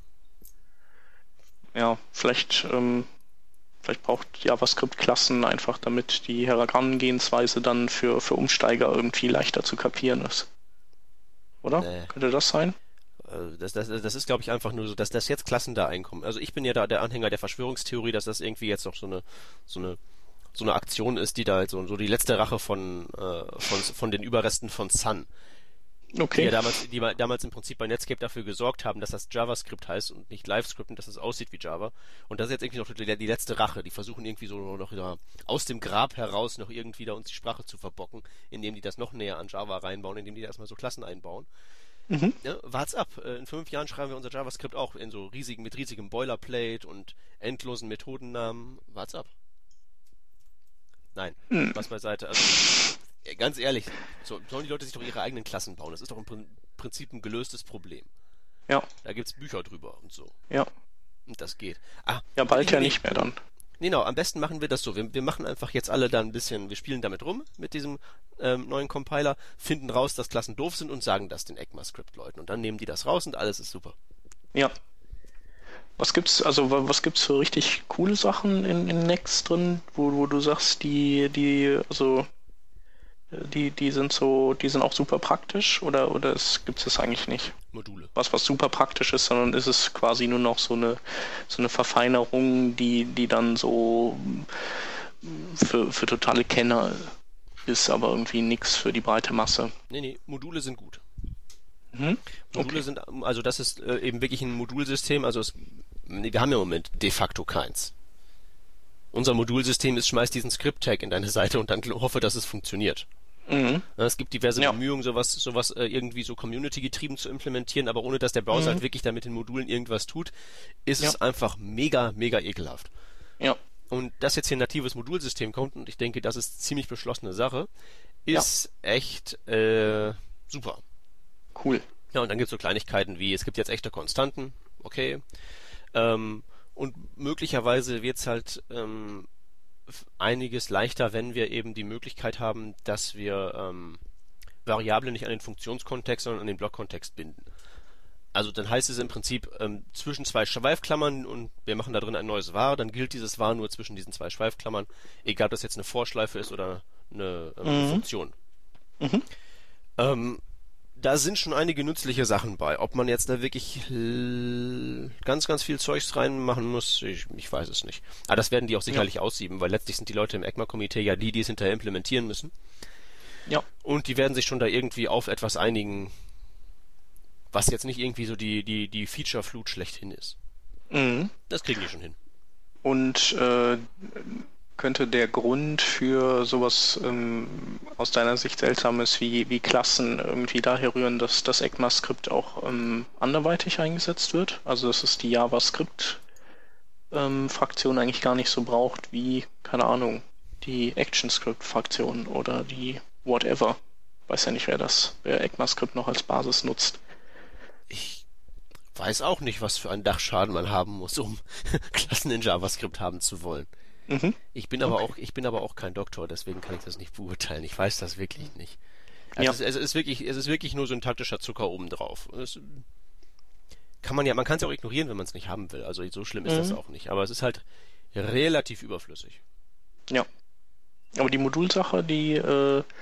Ja, vielleicht, ähm, vielleicht braucht JavaScript Klassen einfach, damit die Herangehensweise dann für, für Umsteiger irgendwie leichter zu kapieren ist. Oder? Nee. Könnte das sein? Das, das, das ist, glaube ich, einfach nur so, dass das jetzt Klassen da einkommen. Also ich bin ja da der Anhänger der Verschwörungstheorie, dass das irgendwie jetzt noch so eine so eine so eine Aktion ist, die da halt so, so die letzte Rache von äh, von von den Überresten von Sun. Okay. Die ja damals, die damals im Prinzip bei Netscape dafür gesorgt haben, dass das JavaScript heißt und nicht LiveScript und dass es aussieht wie Java. Und das ist jetzt irgendwie noch die, die letzte Rache. Die versuchen irgendwie so noch wieder aus dem Grab heraus noch irgendwie da uns die Sprache zu verbocken, indem die das noch näher an Java reinbauen, indem die da erstmal so Klassen einbauen. Mhm. Ja, wart's ab. In fünf Jahren schreiben wir unser JavaScript auch in so riesigen, mit riesigem Boilerplate und endlosen Methodennamen. Wart's ab. Nein, mhm. Spaß beiseite. Also, ganz ehrlich, so, sollen die Leute sich doch ihre eigenen Klassen bauen? Das ist doch im Prinzip ein gelöstes Problem. Ja. Da gibt's Bücher drüber und so. Ja. Und das geht. Ah, ja, bald ja nicht mehr dann. Genau, am besten machen wir das so. Wir, wir machen einfach jetzt alle da ein bisschen, wir spielen damit rum, mit diesem ähm, neuen Compiler, finden raus, dass Klassen doof sind und sagen das den ECMAScript-Leuten. Und dann nehmen die das raus und alles ist super. Ja. Was gibt's, also was gibt's für richtig coole Sachen in, in Next drin, wo, wo du sagst, die, die, also die, die sind so, die sind auch super praktisch oder, oder es gibt's das eigentlich nicht? Module. Was, was super praktisch ist, sondern ist es quasi nur noch so eine, so eine Verfeinerung, die, die dann so für, für totale Kenner ist, aber irgendwie nichts für die breite Masse. Nee, nee, Module sind gut. Mhm. Module okay. sind, also das ist äh, eben wirklich ein Modulsystem, also es, nee, wir haben ja im Moment de facto keins. Unser Modulsystem ist, schmeiß diesen Script-Tag in deine Seite und dann hoffe, dass es funktioniert. Mhm. Es gibt diverse ja. Bemühungen, sowas, sowas äh, irgendwie so Community-getrieben zu implementieren, aber ohne dass der Browser mhm. halt wirklich da mit den Modulen irgendwas tut, ist ja. es einfach mega, mega ekelhaft. Ja. Und dass jetzt hier ein natives Modulsystem kommt, und ich denke, das ist ziemlich beschlossene Sache, ist ja. echt äh, super. Cool. Ja, und dann gibt es so Kleinigkeiten wie, es gibt jetzt echte Konstanten, okay, ähm, und möglicherweise wird es halt ähm, einiges leichter, wenn wir eben die Möglichkeit haben, dass wir ähm, Variablen nicht an den Funktionskontext, sondern an den Blockkontext binden. Also dann heißt es im Prinzip ähm, zwischen zwei Schweifklammern und wir machen da drin ein neues var, dann gilt dieses var nur zwischen diesen zwei Schweifklammern, egal ob das jetzt eine Vorschleife ist oder eine, ähm, mhm. eine Funktion. Mhm. Ähm, da sind schon einige nützliche Sachen bei. Ob man jetzt da wirklich ganz, ganz viel Zeugs reinmachen muss, ich, ich weiß es nicht. Aber das werden die auch sicherlich ja. aussieben, weil letztlich sind die Leute im ECMA-Komitee ja die, die es hinterher implementieren müssen. Ja. Und die werden sich schon da irgendwie auf etwas einigen, was jetzt nicht irgendwie so die, die, die Feature-Flut schlechthin ist. Mhm. Das kriegen die schon hin. Und äh, könnte der Grund für sowas ähm, aus deiner Sicht Seltsames wie, wie Klassen irgendwie daher rühren, dass das ECMAScript auch ähm, anderweitig eingesetzt wird? Also dass es die JavaScript-Fraktion ähm, eigentlich gar nicht so braucht wie, keine Ahnung, die ActionScript-Fraktion oder die whatever. Weiß ja nicht, wer das, wer ECMAScript noch als Basis nutzt. Ich weiß auch nicht, was für einen Dachschaden man haben muss, um Klassen in JavaScript haben zu wollen. Mhm. Ich bin aber okay. auch, ich bin aber auch kein Doktor, deswegen kann ich das nicht beurteilen. Ich weiß das wirklich nicht. Also ja. es, es ist wirklich, es ist wirklich nur syntaktischer Zucker obendrauf. Es kann man ja, man kann es ja auch ignorieren, wenn man es nicht haben will. Also so schlimm ist mhm. das auch nicht. Aber es ist halt relativ überflüssig. Ja. Aber die Modulsache, die, äh, äh,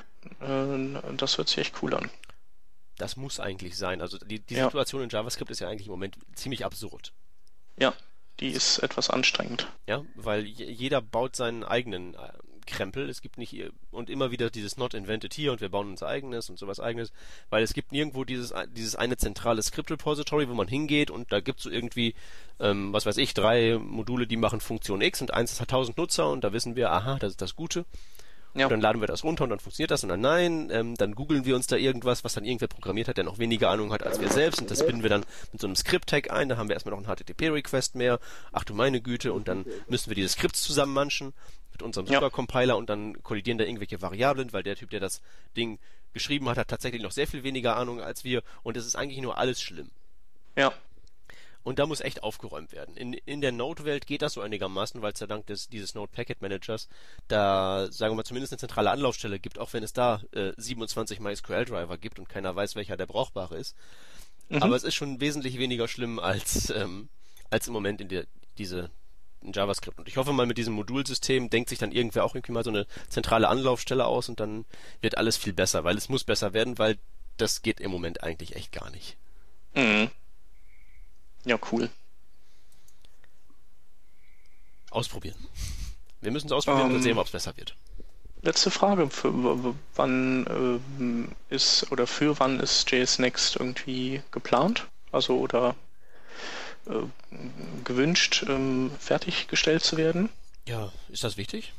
das hört sich echt cool an. Das muss eigentlich sein. Also die, die ja. Situation in JavaScript ist ja eigentlich im Moment ziemlich absurd. Ja. Die ist etwas anstrengend. Ja, weil jeder baut seinen eigenen äh, Krempel. Es gibt nicht und immer wieder dieses Not Invented hier und wir bauen unser eigenes und sowas eigenes, weil es gibt nirgendwo dieses dieses eine zentrale Script-Repository, wo man hingeht und da gibt es so irgendwie, ähm, was weiß ich, drei Module, die machen Funktion X und eins hat tausend Nutzer und da wissen wir, aha, das ist das Gute. Ja. Und dann laden wir das runter und dann funktioniert das und dann nein, ähm, dann googeln wir uns da irgendwas, was dann irgendwer programmiert hat, der noch weniger Ahnung hat als wir selbst und das binden wir dann mit so einem Script-Tag ein, dann haben wir erstmal noch einen H T T P-Request mehr, ach du meine Güte, und dann müssen wir diese Skripts zusammenmanschen mit unserem Supercompiler ja. und dann kollidieren da irgendwelche Variablen, weil der Typ, der das Ding geschrieben hat, hat tatsächlich noch sehr viel weniger Ahnung als wir und es ist eigentlich nur alles schlimm. Ja. Und da muss echt aufgeräumt werden. In, in der Node-Welt geht das so einigermaßen, weil es ja dank des, dieses Node-Packet-Managers da, sagen wir mal, zumindest eine zentrale Anlaufstelle gibt, auch wenn es da äh, siebenundzwanzig MySQL-Driver gibt und keiner weiß, welcher der brauchbare ist. Mhm. Aber es ist schon wesentlich weniger schlimm als, ähm, als im Moment in der, diese in JavaScript. Und ich hoffe mal, mit diesem Modulsystem denkt sich dann irgendwer auch irgendwie mal so eine zentrale Anlaufstelle aus und dann wird alles viel besser, weil es muss besser werden, weil das geht im Moment eigentlich echt gar nicht. Mhm. Ja, cool. Ausprobieren. Wir müssen es ausprobieren um, und sehen, ob es besser wird. Letzte Frage. Für, w- wann äh, ist oder für wann ist J S Next irgendwie geplant? Also oder äh, gewünscht, ähm, fertiggestellt zu werden? Ja, ist das wichtig?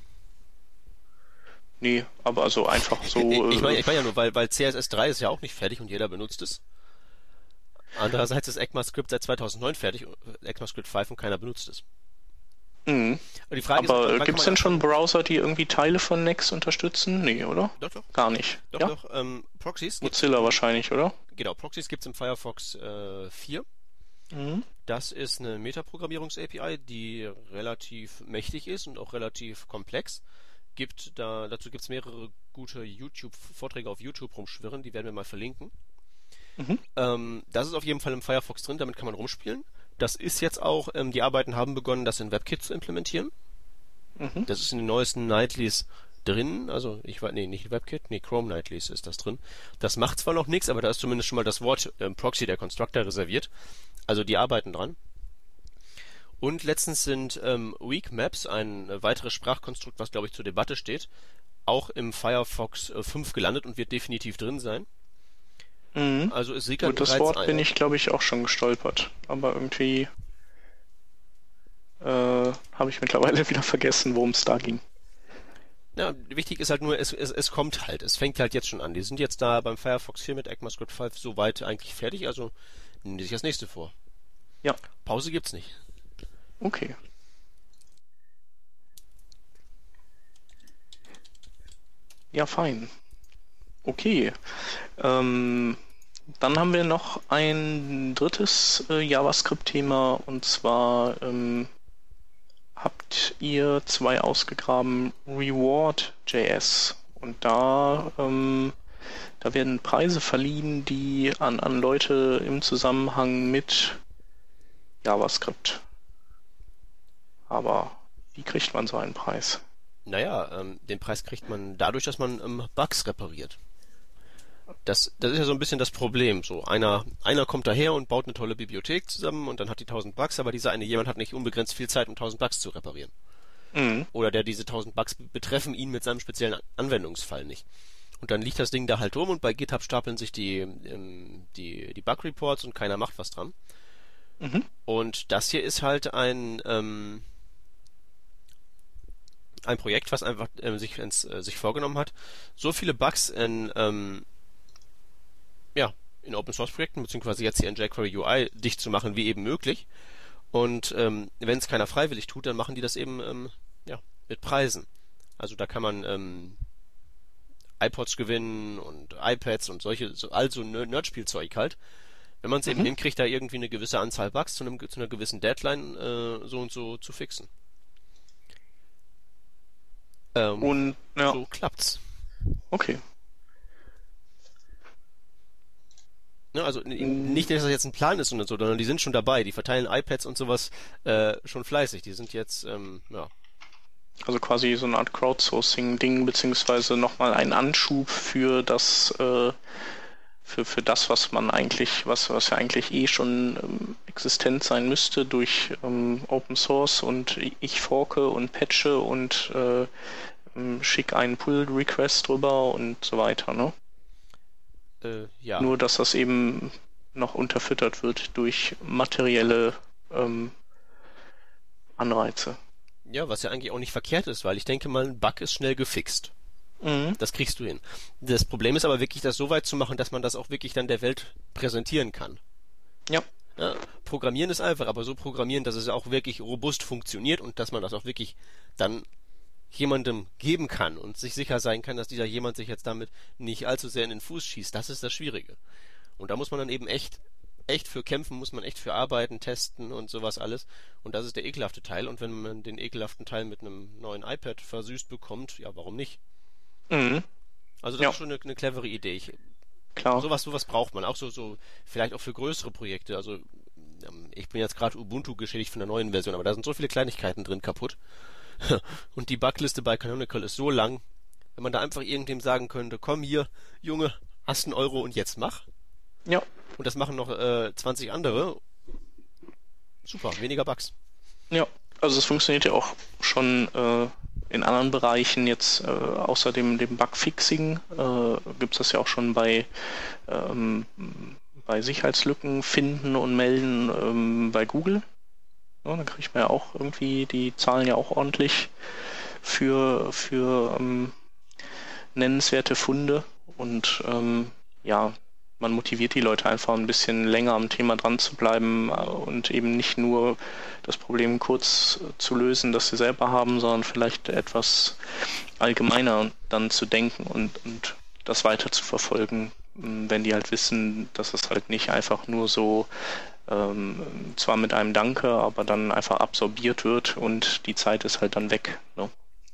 Nee, aber also einfach so. ich ich meine ich mein ja nur, weil, weil C S S drei ist ja auch nicht fertig und jeder benutzt es. Andererseits ist ECMAScript seit zweitausendneun fertig, ECMAScript fünf und keiner benutzt es. Mhm. Die Frage aber ist, gibt es denn schon Browser, die irgendwie Teile von Next unterstützen? Nee, oder? Doch, doch. Gar nicht. Doch, ja? doch. Ähm, Proxys. Mozilla wahrscheinlich, oder? Genau, Proxys gibt es im Firefox äh, vier. Mhm. Das ist eine Metaprogrammierungs-A P I, die relativ mächtig ist und auch relativ komplex. Gibt da, dazu gibt es mehrere gute YouTube-Vorträge auf YouTube rumschwirren, die werden wir mal verlinken. Mhm. Ähm, das ist auf jeden Fall im Firefox drin, damit kann man rumspielen. Das ist jetzt auch, ähm, die Arbeiten haben begonnen, das in WebKit zu implementieren. Mhm. Das ist in den neuesten Nightlies drin, also ich weiß, nee, nicht WebKit, nee, Chrome Nightlies ist das drin. Das macht zwar noch nichts, aber da ist zumindest schon mal das Wort ähm, Proxy, der Constructor, reserviert. Also die arbeiten dran. Und letztens sind ähm, Weak Maps, ein äh, weiteres Sprachkonstrukt, was glaube ich zur Debatte steht, auch im Firefox äh, fünf gelandet und wird definitiv drin sein. Mhm. Also es sickert Gut, das bereits Wort ein. bin ich glaube ich auch schon gestolpert, aber irgendwie äh, habe ich mittlerweile wieder vergessen, worum es da ging. Ja, wichtig ist halt nur, es, es, es kommt halt, es fängt halt jetzt schon an. Die sind jetzt da beim Firefox vier mit ECMAScript fünf soweit eigentlich fertig, also nehmen die sich das nächste vor. Ja. Pause gibt's nicht. Okay. Ja, fein. Okay. Ähm, dann haben wir noch ein drittes äh, JavaScript-Thema und zwar ähm, habt ihr zwei ausgegraben, Reward.js. Und da, ähm, da werden Preise verliehen, die an, an Leute im Zusammenhang mit JavaScript. Aber wie kriegt man so einen Preis? Naja, ähm, den Preis kriegt man dadurch, dass man ähm, Bugs repariert. Das, das ist ja so ein bisschen das Problem. So einer, einer kommt daher und baut eine tolle Bibliothek zusammen und dann hat die tausend Bugs, aber dieser eine jemand hat nicht unbegrenzt viel Zeit, um tausend Bugs zu reparieren. Mhm. Oder der diese tausend Bugs betreffen ihn mit seinem speziellen Anwendungsfall nicht. Und dann liegt das Ding da halt rum und bei GitHub stapeln sich die, ähm, die, die Bug-Reports und keiner macht was dran. Mhm. Und das hier ist halt ein, ähm, ein Projekt, was einfach äh, sich, ins, äh, sich vorgenommen hat, so viele Bugs in, ähm, ja, in Open-Source-Projekten, beziehungsweise jetzt hier in jQuery U I dicht zu machen, wie eben möglich. Und ähm, wenn es keiner freiwillig tut, dann machen die das eben ähm, ja, mit Preisen. Also da kann man ähm, iPods gewinnen und iPads und solche, so, also Nerdspielzeug halt. Wenn man es mhm. eben hinkriegt, da irgendwie eine gewisse Anzahl Bugs zu, einem, zu einer gewissen Deadline äh, so und so zu fixen. Ähm, und ja. So klappt's. Okay. Ja, also mhm. nicht, dass das jetzt ein Plan ist und so, sondern die sind schon dabei. Die verteilen iPads und sowas äh, schon fleißig. Die sind jetzt, ähm, ja. Also quasi so eine Art Crowdsourcing-Ding, beziehungsweise nochmal ein Anschub für das, äh, für, für das, was man eigentlich, was, was ja eigentlich eh schon ähm, existent sein müsste durch ähm, Open Source und ich forke und patche und äh, schick einen Pull-Request drüber und so weiter, ne? Äh, ja. Nur, dass das eben noch unterfüttert wird durch materielle ähm, Anreize. Ja, was ja eigentlich auch nicht verkehrt ist, weil ich denke mal, ein Bug ist schnell gefixt. Mhm. Das kriegst du hin. Das Problem ist aber wirklich, das so weit zu machen, dass man das auch wirklich dann der Welt präsentieren kann. Ja. Ja, programmieren ist einfach, aber so programmieren, dass es auch wirklich robust funktioniert und dass man das auch wirklich dann jemandem geben kann und sich sicher sein kann, dass dieser jemand sich jetzt damit nicht allzu sehr in den Fuß schießt, das ist das Schwierige. Und da muss man dann eben echt, echt für kämpfen, muss man echt für arbeiten, testen und sowas alles. Und das ist der ekelhafte Teil. Und wenn man den ekelhaften Teil mit einem neuen iPad versüßt bekommt, ja, warum nicht? Mhm. Also das Ja. ist schon eine, eine clevere Idee. Ich, Klar. sowas, sowas braucht man. Auch so, so, vielleicht auch für größere Projekte. Also ähm, ich bin jetzt gerade Ubuntu geschädigt von der neuen Version, aber da sind so viele Kleinigkeiten drin kaputt. Und die Bugliste bei Canonical ist so lang, wenn man da einfach irgendwem sagen könnte, komm hier, Junge, hast einen Euro und jetzt mach. Ja. Und das machen noch äh, zwanzig andere. Super, weniger Bugs. Ja, also es funktioniert ja auch schon äh, in anderen Bereichen jetzt, äh, außer dem, dem Bugfixing, äh, gibt es das ja auch schon bei, ähm, bei Sicherheitslücken finden und melden ähm, bei Google. Ja, dann kriegt man ja auch irgendwie, die zahlen ja auch ordentlich für, für ähm, nennenswerte Funde und ähm, ja, man motiviert die Leute einfach ein bisschen länger am Thema dran zu bleiben und eben nicht nur das Problem kurz zu lösen, das sie selber haben, sondern vielleicht etwas allgemeiner dann zu denken und, und das weiter zu verfolgen, wenn die halt wissen, dass es halt nicht einfach nur so ähm, zwar mit einem Danke, aber dann einfach absorbiert wird und die Zeit ist halt dann weg. Ne?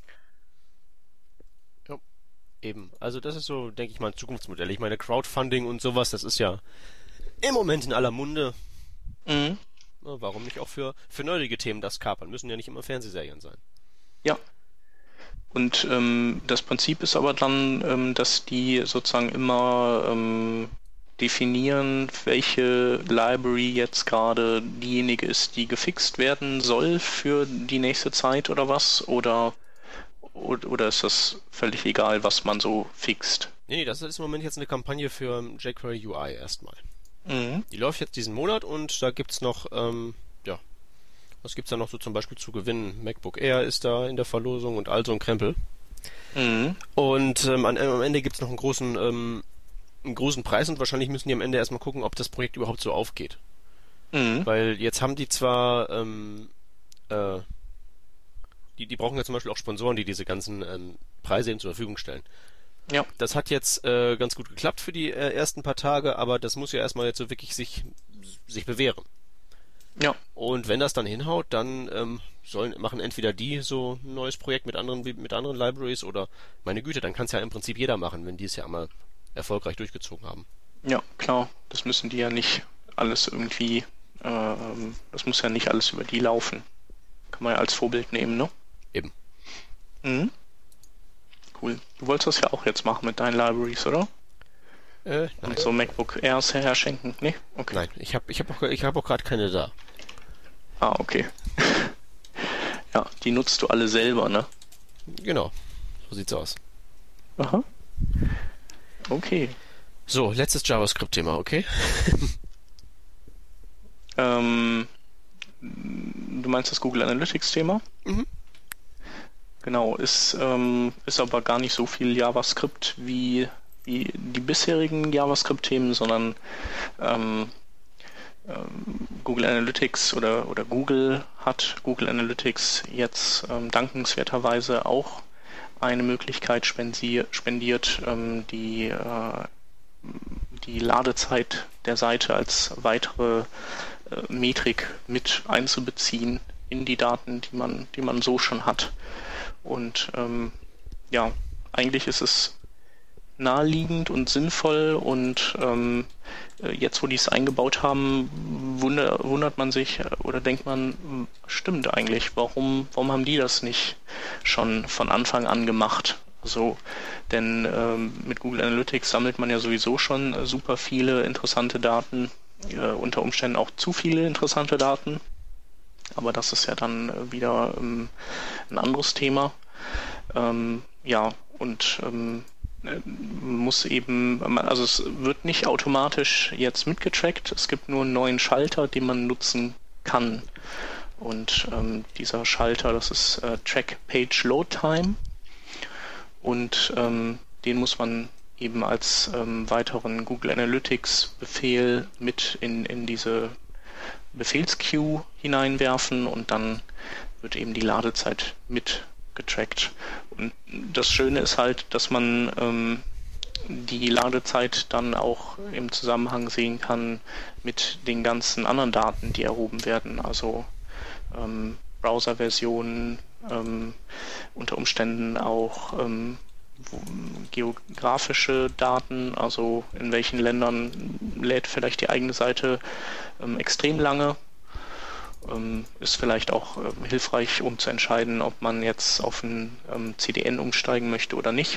Eben. Also das ist so, denke ich mal, ein Zukunftsmodell. Ich meine, Crowdfunding und sowas, das ist ja im Moment in aller Munde. Mhm. Na, warum nicht auch für, für nerdige Themen das kapern? Müssen ja nicht immer Fernsehserien sein. Ja. Und ähm, das Prinzip ist aber dann, ähm, dass die sozusagen immer ähm, definieren, welche Library jetzt gerade diejenige ist, die gefixt werden soll für die nächste Zeit oder was? Oder Oder ist das völlig egal, was man so fixt? Nee, nee, das ist im Moment jetzt eine Kampagne für jQuery U I erstmal. Mhm. Die läuft jetzt diesen Monat und da gibt's noch, ähm, ja, was gibt's da noch so zum Beispiel zu gewinnen? MacBook Air ist da in der Verlosung und all so ein Krempel. Mhm. Und ähm, an, am Ende gibt's noch einen großen, ähm, einen großen Preis und wahrscheinlich müssen die am Ende erstmal gucken, ob das Projekt überhaupt so aufgeht. Mhm. Weil jetzt haben die zwar, ähm, äh, Die, die brauchen ja zum Beispiel auch Sponsoren, die diese ganzen ähm, Preise eben zur Verfügung stellen. Ja. Das hat jetzt äh, ganz gut geklappt für die äh, ersten paar Tage, aber das muss ja erstmal jetzt so wirklich sich, sich bewähren. Ja. Und wenn das dann hinhaut, dann ähm, sollen machen entweder die so ein neues Projekt mit anderen mit anderen Libraries oder meine Güte, dann kann es ja im Prinzip jeder machen, wenn die es ja einmal erfolgreich durchgezogen haben. Ja, klar. Das müssen die ja nicht alles irgendwie, äh, das muss ja nicht alles über die laufen. Kann man ja als Vorbild nehmen, ne? Eben. Mhm. Cool. Du wolltest das ja auch jetzt machen mit deinen Libraries, oder? Äh, nein. Und so MacBook Airs herschenken? Nee? Okay. Nein, ich habe ich hab auch, ich hab auch gerade keine da. Ah, okay. Ja, die nutzt du alle selber, ne? Genau, so sieht's aus. Aha. Okay. So, letztes JavaScript-Thema, okay? ähm, du meinst das Google Analytics-Thema? Mhm. Genau, ist, ähm, ist aber gar nicht so viel JavaScript wie, wie die bisherigen JavaScript-Themen, sondern ähm, ähm, Google Analytics oder, oder Google hat Google Analytics jetzt ähm, dankenswerterweise auch eine Möglichkeit spendier, spendiert, ähm, die, äh, die Ladezeit der Seite als weitere äh, Metrik mit einzubeziehen in die Daten, die man, die man so schon hat. Und ähm, ja, eigentlich ist es naheliegend und sinnvoll und ähm, jetzt, wo die es eingebaut haben, wunder, wundert man sich oder denkt man, stimmt eigentlich, warum, warum haben die das nicht schon von Anfang an gemacht? Also, denn ähm, mit Google Analytics sammelt man ja sowieso schon super viele interessante Daten, äh, unter Umständen auch zu viele interessante Daten. Aber das ist ja dann wieder ähm, ein anderes Thema. Ähm, ja, und ähm, muss eben, also es wird nicht automatisch jetzt mitgetrackt, es gibt nur einen neuen Schalter, den man nutzen kann. Und ähm, dieser Schalter, das ist äh, Track Page Load Time. Und ähm, den muss man eben als ähm, weiteren Google Analytics Befehl mit in, in diese Befehlsqueue hineinwerfen und dann wird eben die Ladezeit mit getrackt. Und das Schöne ist halt, dass man ähm, die Ladezeit dann auch im Zusammenhang sehen kann mit den ganzen anderen Daten, die erhoben werden, also ähm, Browser-Versionen, ähm, unter Umständen auch ähm, geografische Daten, also in welchen Ländern lädt vielleicht die eigene Seite ähm, extrem lange. Ähm, ist vielleicht auch äh, hilfreich, um zu entscheiden, ob man jetzt auf ein ähm, C D N umsteigen möchte oder nicht.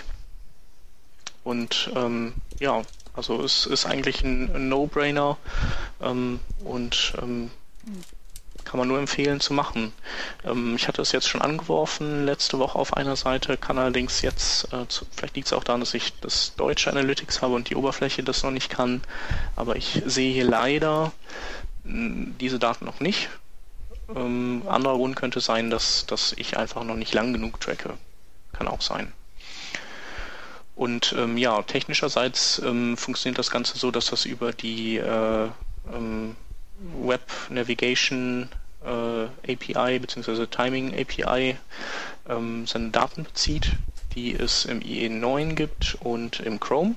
Und ähm, ja, also es ist eigentlich ein, ein No-Brainer ähm, und ähm, kann man nur empfehlen zu machen. Ähm, ich hatte es jetzt schon angeworfen letzte Woche auf einer Seite, kann allerdings jetzt, äh, zu, vielleicht liegt es auch daran, dass ich das deutsche Analytics habe und die Oberfläche das noch nicht kann, aber ich sehe hier leider mh, diese Daten noch nicht. Ähm, anderer Grund könnte sein, dass, dass ich einfach noch nicht lang genug tracke. Kann auch sein. Und ähm, ja, technischerseits ähm, funktioniert das Ganze so, dass das über die äh, ähm, Web Navigation äh, A P I bzw. Timing A P I ähm, seine Daten bezieht, die es im I E neun gibt und im Chrome.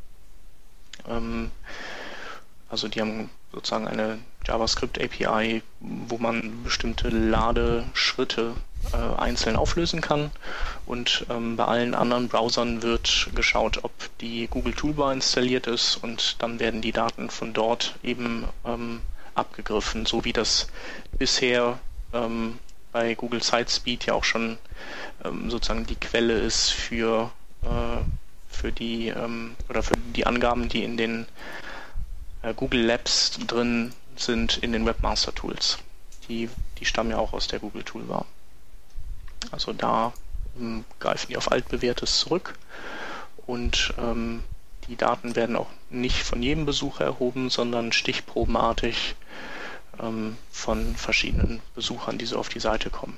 Ähm, also die haben sozusagen eine JavaScript A P I, wo man bestimmte Ladeschritte äh, einzeln auflösen kann. Und ähm, bei allen anderen Browsern wird geschaut, ob die Google Toolbar installiert ist und dann werden die Daten von dort eben ähm, abgegriffen, so wie das bisher ähm, bei Google Sitespeed ja auch schon ähm, sozusagen die Quelle ist für, äh, für die ähm, oder für die Angaben, die in den äh, Google Labs drin sind in den Webmaster Tools. Die, die stammen ja auch aus der Google Toolbar. Also da ähm, greifen die auf altbewährtes zurück und ähm, die Daten werden auch nicht von jedem Besucher erhoben, sondern stichprobenartig ähm, von verschiedenen Besuchern, die so auf die Seite kommen.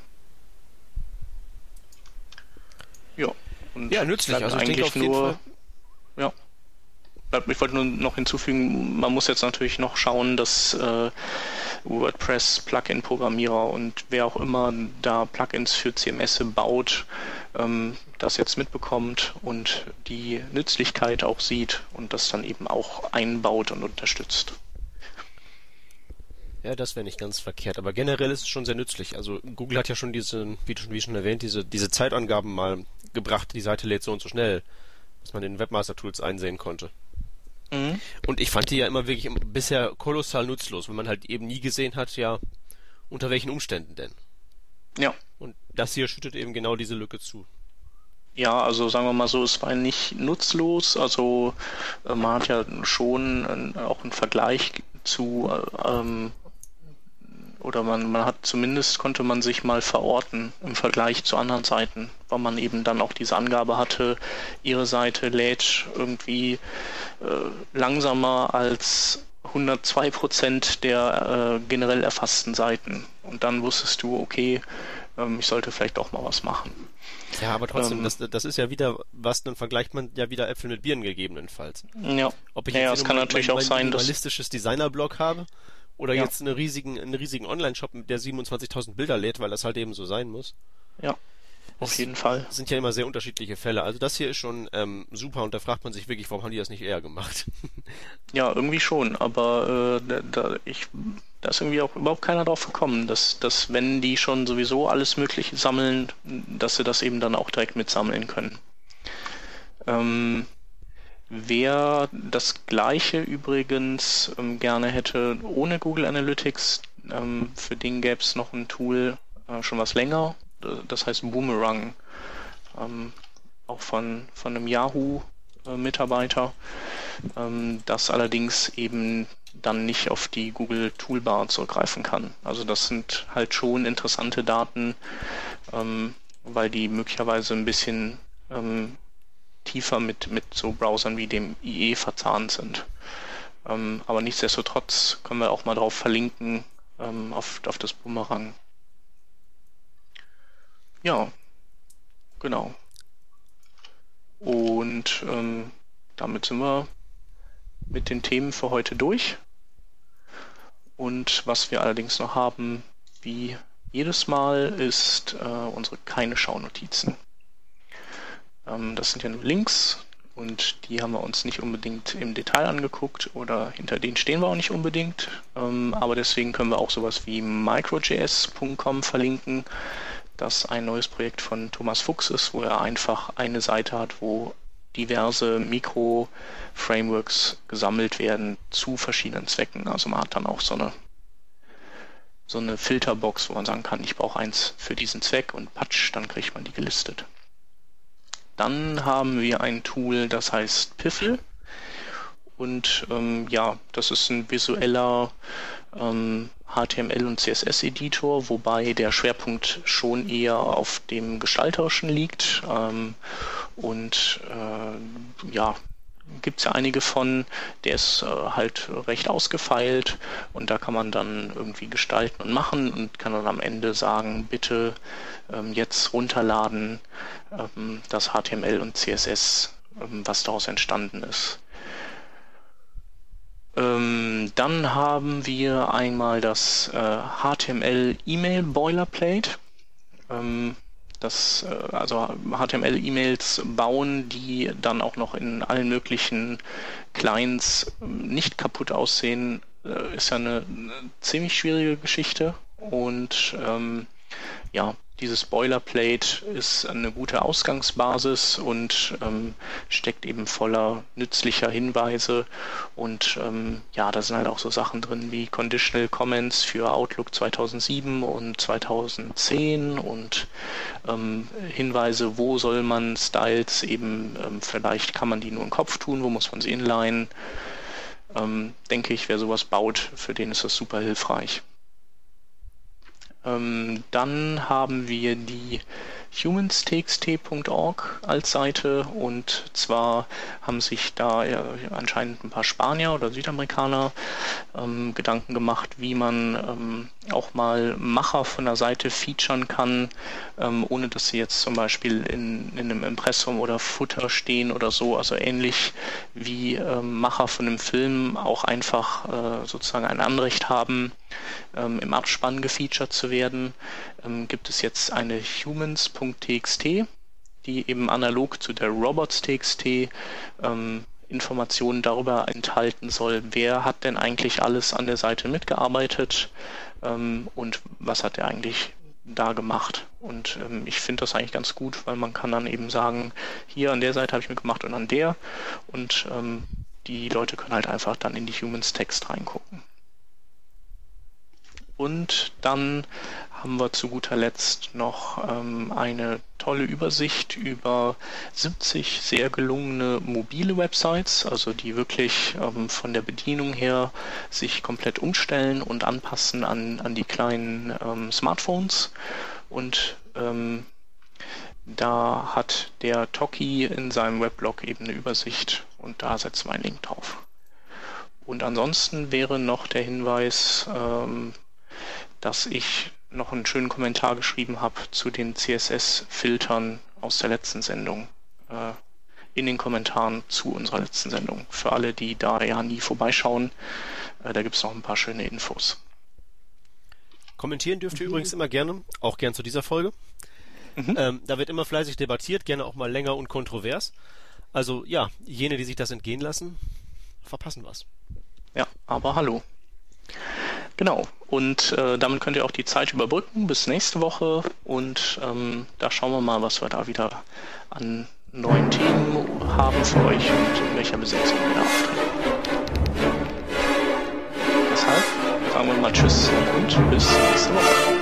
Ja, und ja, nützlich. Also eigentlich auf jeden nur, Fall. Ja. Ich wollte nur noch hinzufügen, man muss jetzt natürlich noch schauen, dass äh, WordPress-Plugin-Programmierer und wer auch immer da Plugins für C M S baut, ähm, das jetzt mitbekommt und die Nützlichkeit auch sieht und das dann eben auch einbaut und unterstützt. Ja, das wäre nicht ganz verkehrt, aber generell ist es schon sehr nützlich. Also Google hat ja schon diese, wie schon, wie schon erwähnt, diese, diese Zeitangaben mal gebracht, die Seite lädt so und so schnell, was man in den Webmaster-Tools einsehen konnte. Mhm. Und ich fand die ja immer wirklich bisher kolossal nutzlos, weil man halt eben nie gesehen hat, ja, unter welchen Umständen denn. Ja. Und das hier schüttet eben genau diese Lücke zu. Ja, also sagen wir mal so, es war nicht nutzlos, also äh, man hat ja schon äh, auch einen Vergleich zu ähm, oder man, man hat zumindest konnte man sich mal verorten im Vergleich zu anderen Seiten, weil man eben dann auch diese Angabe hatte, ihre Seite lädt irgendwie äh, langsamer als hundertzwei Prozent der äh, generell erfassten Seiten. Und dann wusstest du, okay, ähm, ich sollte vielleicht auch mal was machen. Ja, aber trotzdem, ähm, das, das ist ja wieder was, dann vergleicht man ja wieder Äpfel mit Birnen gegebenenfalls. Ja, ob ich ja, jetzt es kann mein, natürlich mein, auch mein sein, minimalistisches Designer-Blog habe oder ja. jetzt einen riesigen, einen riesigen Online-Shop, der siebenundzwanzigtausend Bilder lädt, weil das halt eben so sein muss. Ja, auf das jeden Fall. Das sind ja immer sehr unterschiedliche Fälle. Also das hier ist schon ähm, super und da fragt man sich wirklich, warum haben die das nicht eher gemacht? Ja, irgendwie schon, aber äh, da, ich, da ist irgendwie auch überhaupt keiner drauf gekommen, dass, dass wenn die schon sowieso alles Mögliche sammeln, dass sie das eben dann auch direkt mitsammeln können. Ähm, wer das Gleiche übrigens ähm, gerne hätte ohne Google Analytics, ähm, für den gäbe es noch ein Tool äh, schon was länger, das heißt Boomerang, ähm, auch von, von einem Yahoo-Mitarbeiter, ähm, das allerdings eben dann nicht auf die Google Toolbar zurückgreifen kann. Also das sind halt schon interessante Daten, ähm, weil die möglicherweise ein bisschen ähm, tiefer mit, mit so Browsern wie dem I E verzahnt sind. Ähm, aber nichtsdestotrotz können wir auch mal drauf verlinken, ähm, auf, auf das Boomerang. Ja, genau. Und ähm, damit sind wir mit den Themen für heute durch. Und was wir allerdings noch haben, wie jedes Mal ist äh, unsere keine Schaunotizen. Ähm, das sind ja nur Links und die haben wir uns nicht unbedingt im Detail angeguckt oder hinter denen stehen wir auch nicht unbedingt. Ähm, aber deswegen können wir auch sowas wie microjs punkt com verlinken, das ein neues Projekt von Thomas Fuchs ist, wo er einfach eine Seite hat, wo diverse Mikro-Frameworks gesammelt werden zu verschiedenen Zwecken. Also man hat dann auch so eine so eine Filterbox, wo man sagen kann, ich brauche eins für diesen Zweck und patsch, dann kriegt man die gelistet. Dann haben wir ein Tool, das heißt Piffle. Und ähm, ja, das ist ein visueller ähm, H T M L und C S S-Editor, wobei der Schwerpunkt schon eher auf dem Gestalterischen liegt. Ähm, und äh, ja, gibt es ja einige von, der ist äh, halt recht ausgefeilt und da kann man dann irgendwie gestalten und machen und kann dann am Ende sagen, bitte ähm, jetzt runterladen ähm, das H T M L und C S S, ähm, was daraus entstanden ist. Ähm, dann haben wir einmal das äh, H T M L E-Mail Boilerplate. Ähm, Das, also H T M L-E-Mails bauen, die dann auch noch in allen möglichen Clients nicht kaputt aussehen, ist ja eine, eine ziemlich schwierige Geschichte. Und ähm, ja, dieses Boilerplate ist eine gute Ausgangsbasis und ähm, steckt eben voller nützlicher Hinweise. Und ähm, ja, da sind halt auch so Sachen drin wie Conditional Comments für Outlook zweitausendsieben und zweitausendzehn und ähm, Hinweise, wo soll man Styles eben, ähm, vielleicht kann man die nur im Kopf tun, wo muss man sie inline. Ähm, denke ich, wer sowas baut, für den ist das super hilfreich. Ähm, dann haben wir die humans t x t punkt org als Seite und zwar haben sich da ja, anscheinend ein paar Spanier oder Südamerikaner ähm, Gedanken gemacht, wie man ähm, auch mal Macher von der Seite featuren kann, ähm, ohne dass sie jetzt zum Beispiel in, in einem Impressum oder Footer stehen oder so, also ähnlich wie ähm, Macher von einem Film auch einfach äh, sozusagen ein Anrecht haben, ähm, im Abspann gefeatured zu werden, ähm, gibt es jetzt eine humans punkt t x t, die eben analog zu der robots punkt t x t ähm, Informationen darüber enthalten soll, wer hat denn eigentlich alles an der Seite mitgearbeitet ähm, und was hat er eigentlich da gemacht. Und ähm, ich finde das eigentlich ganz gut, weil man kann dann eben sagen, hier an der Seite habe ich mitgemacht und an der und ähm, die Leute können halt einfach dann in die Humans-Text reingucken. Und dann haben wir zu guter Letzt noch ähm, eine tolle Übersicht über siebzig sehr gelungene mobile Websites, also die wirklich ähm, von der Bedienung her sich komplett umstellen und anpassen an, an die kleinen ähm, Smartphones. Und ähm, da hat der Toki in seinem Weblog eben eine Übersicht und da setzen wir einen Link drauf. Und ansonsten wäre noch der Hinweis, ähm, dass ich noch einen schönen Kommentar geschrieben habe zu den C S S-Filtern aus der letzten Sendung. Äh, in den Kommentaren zu unserer letzten Sendung. Für alle, die da ja nie vorbeischauen, äh, da gibt es noch ein paar schöne Infos. Kommentieren dürft ihr mhm. übrigens immer gerne, auch gern zu dieser Folge. Mhm. Ähm, da wird immer fleißig debattiert, gerne auch mal länger und kontrovers. Also ja, jene, die sich das entgehen lassen, verpassen was. Ja, aber hallo. Genau, und äh, damit könnt ihr auch die Zeit überbrücken bis nächste Woche und ähm, da schauen wir mal, was wir da wieder an neuen Themen haben für euch und in welcher Besetzung wir da auftreten. Deshalb sagen wir mal Tschüss und bis nächste Woche.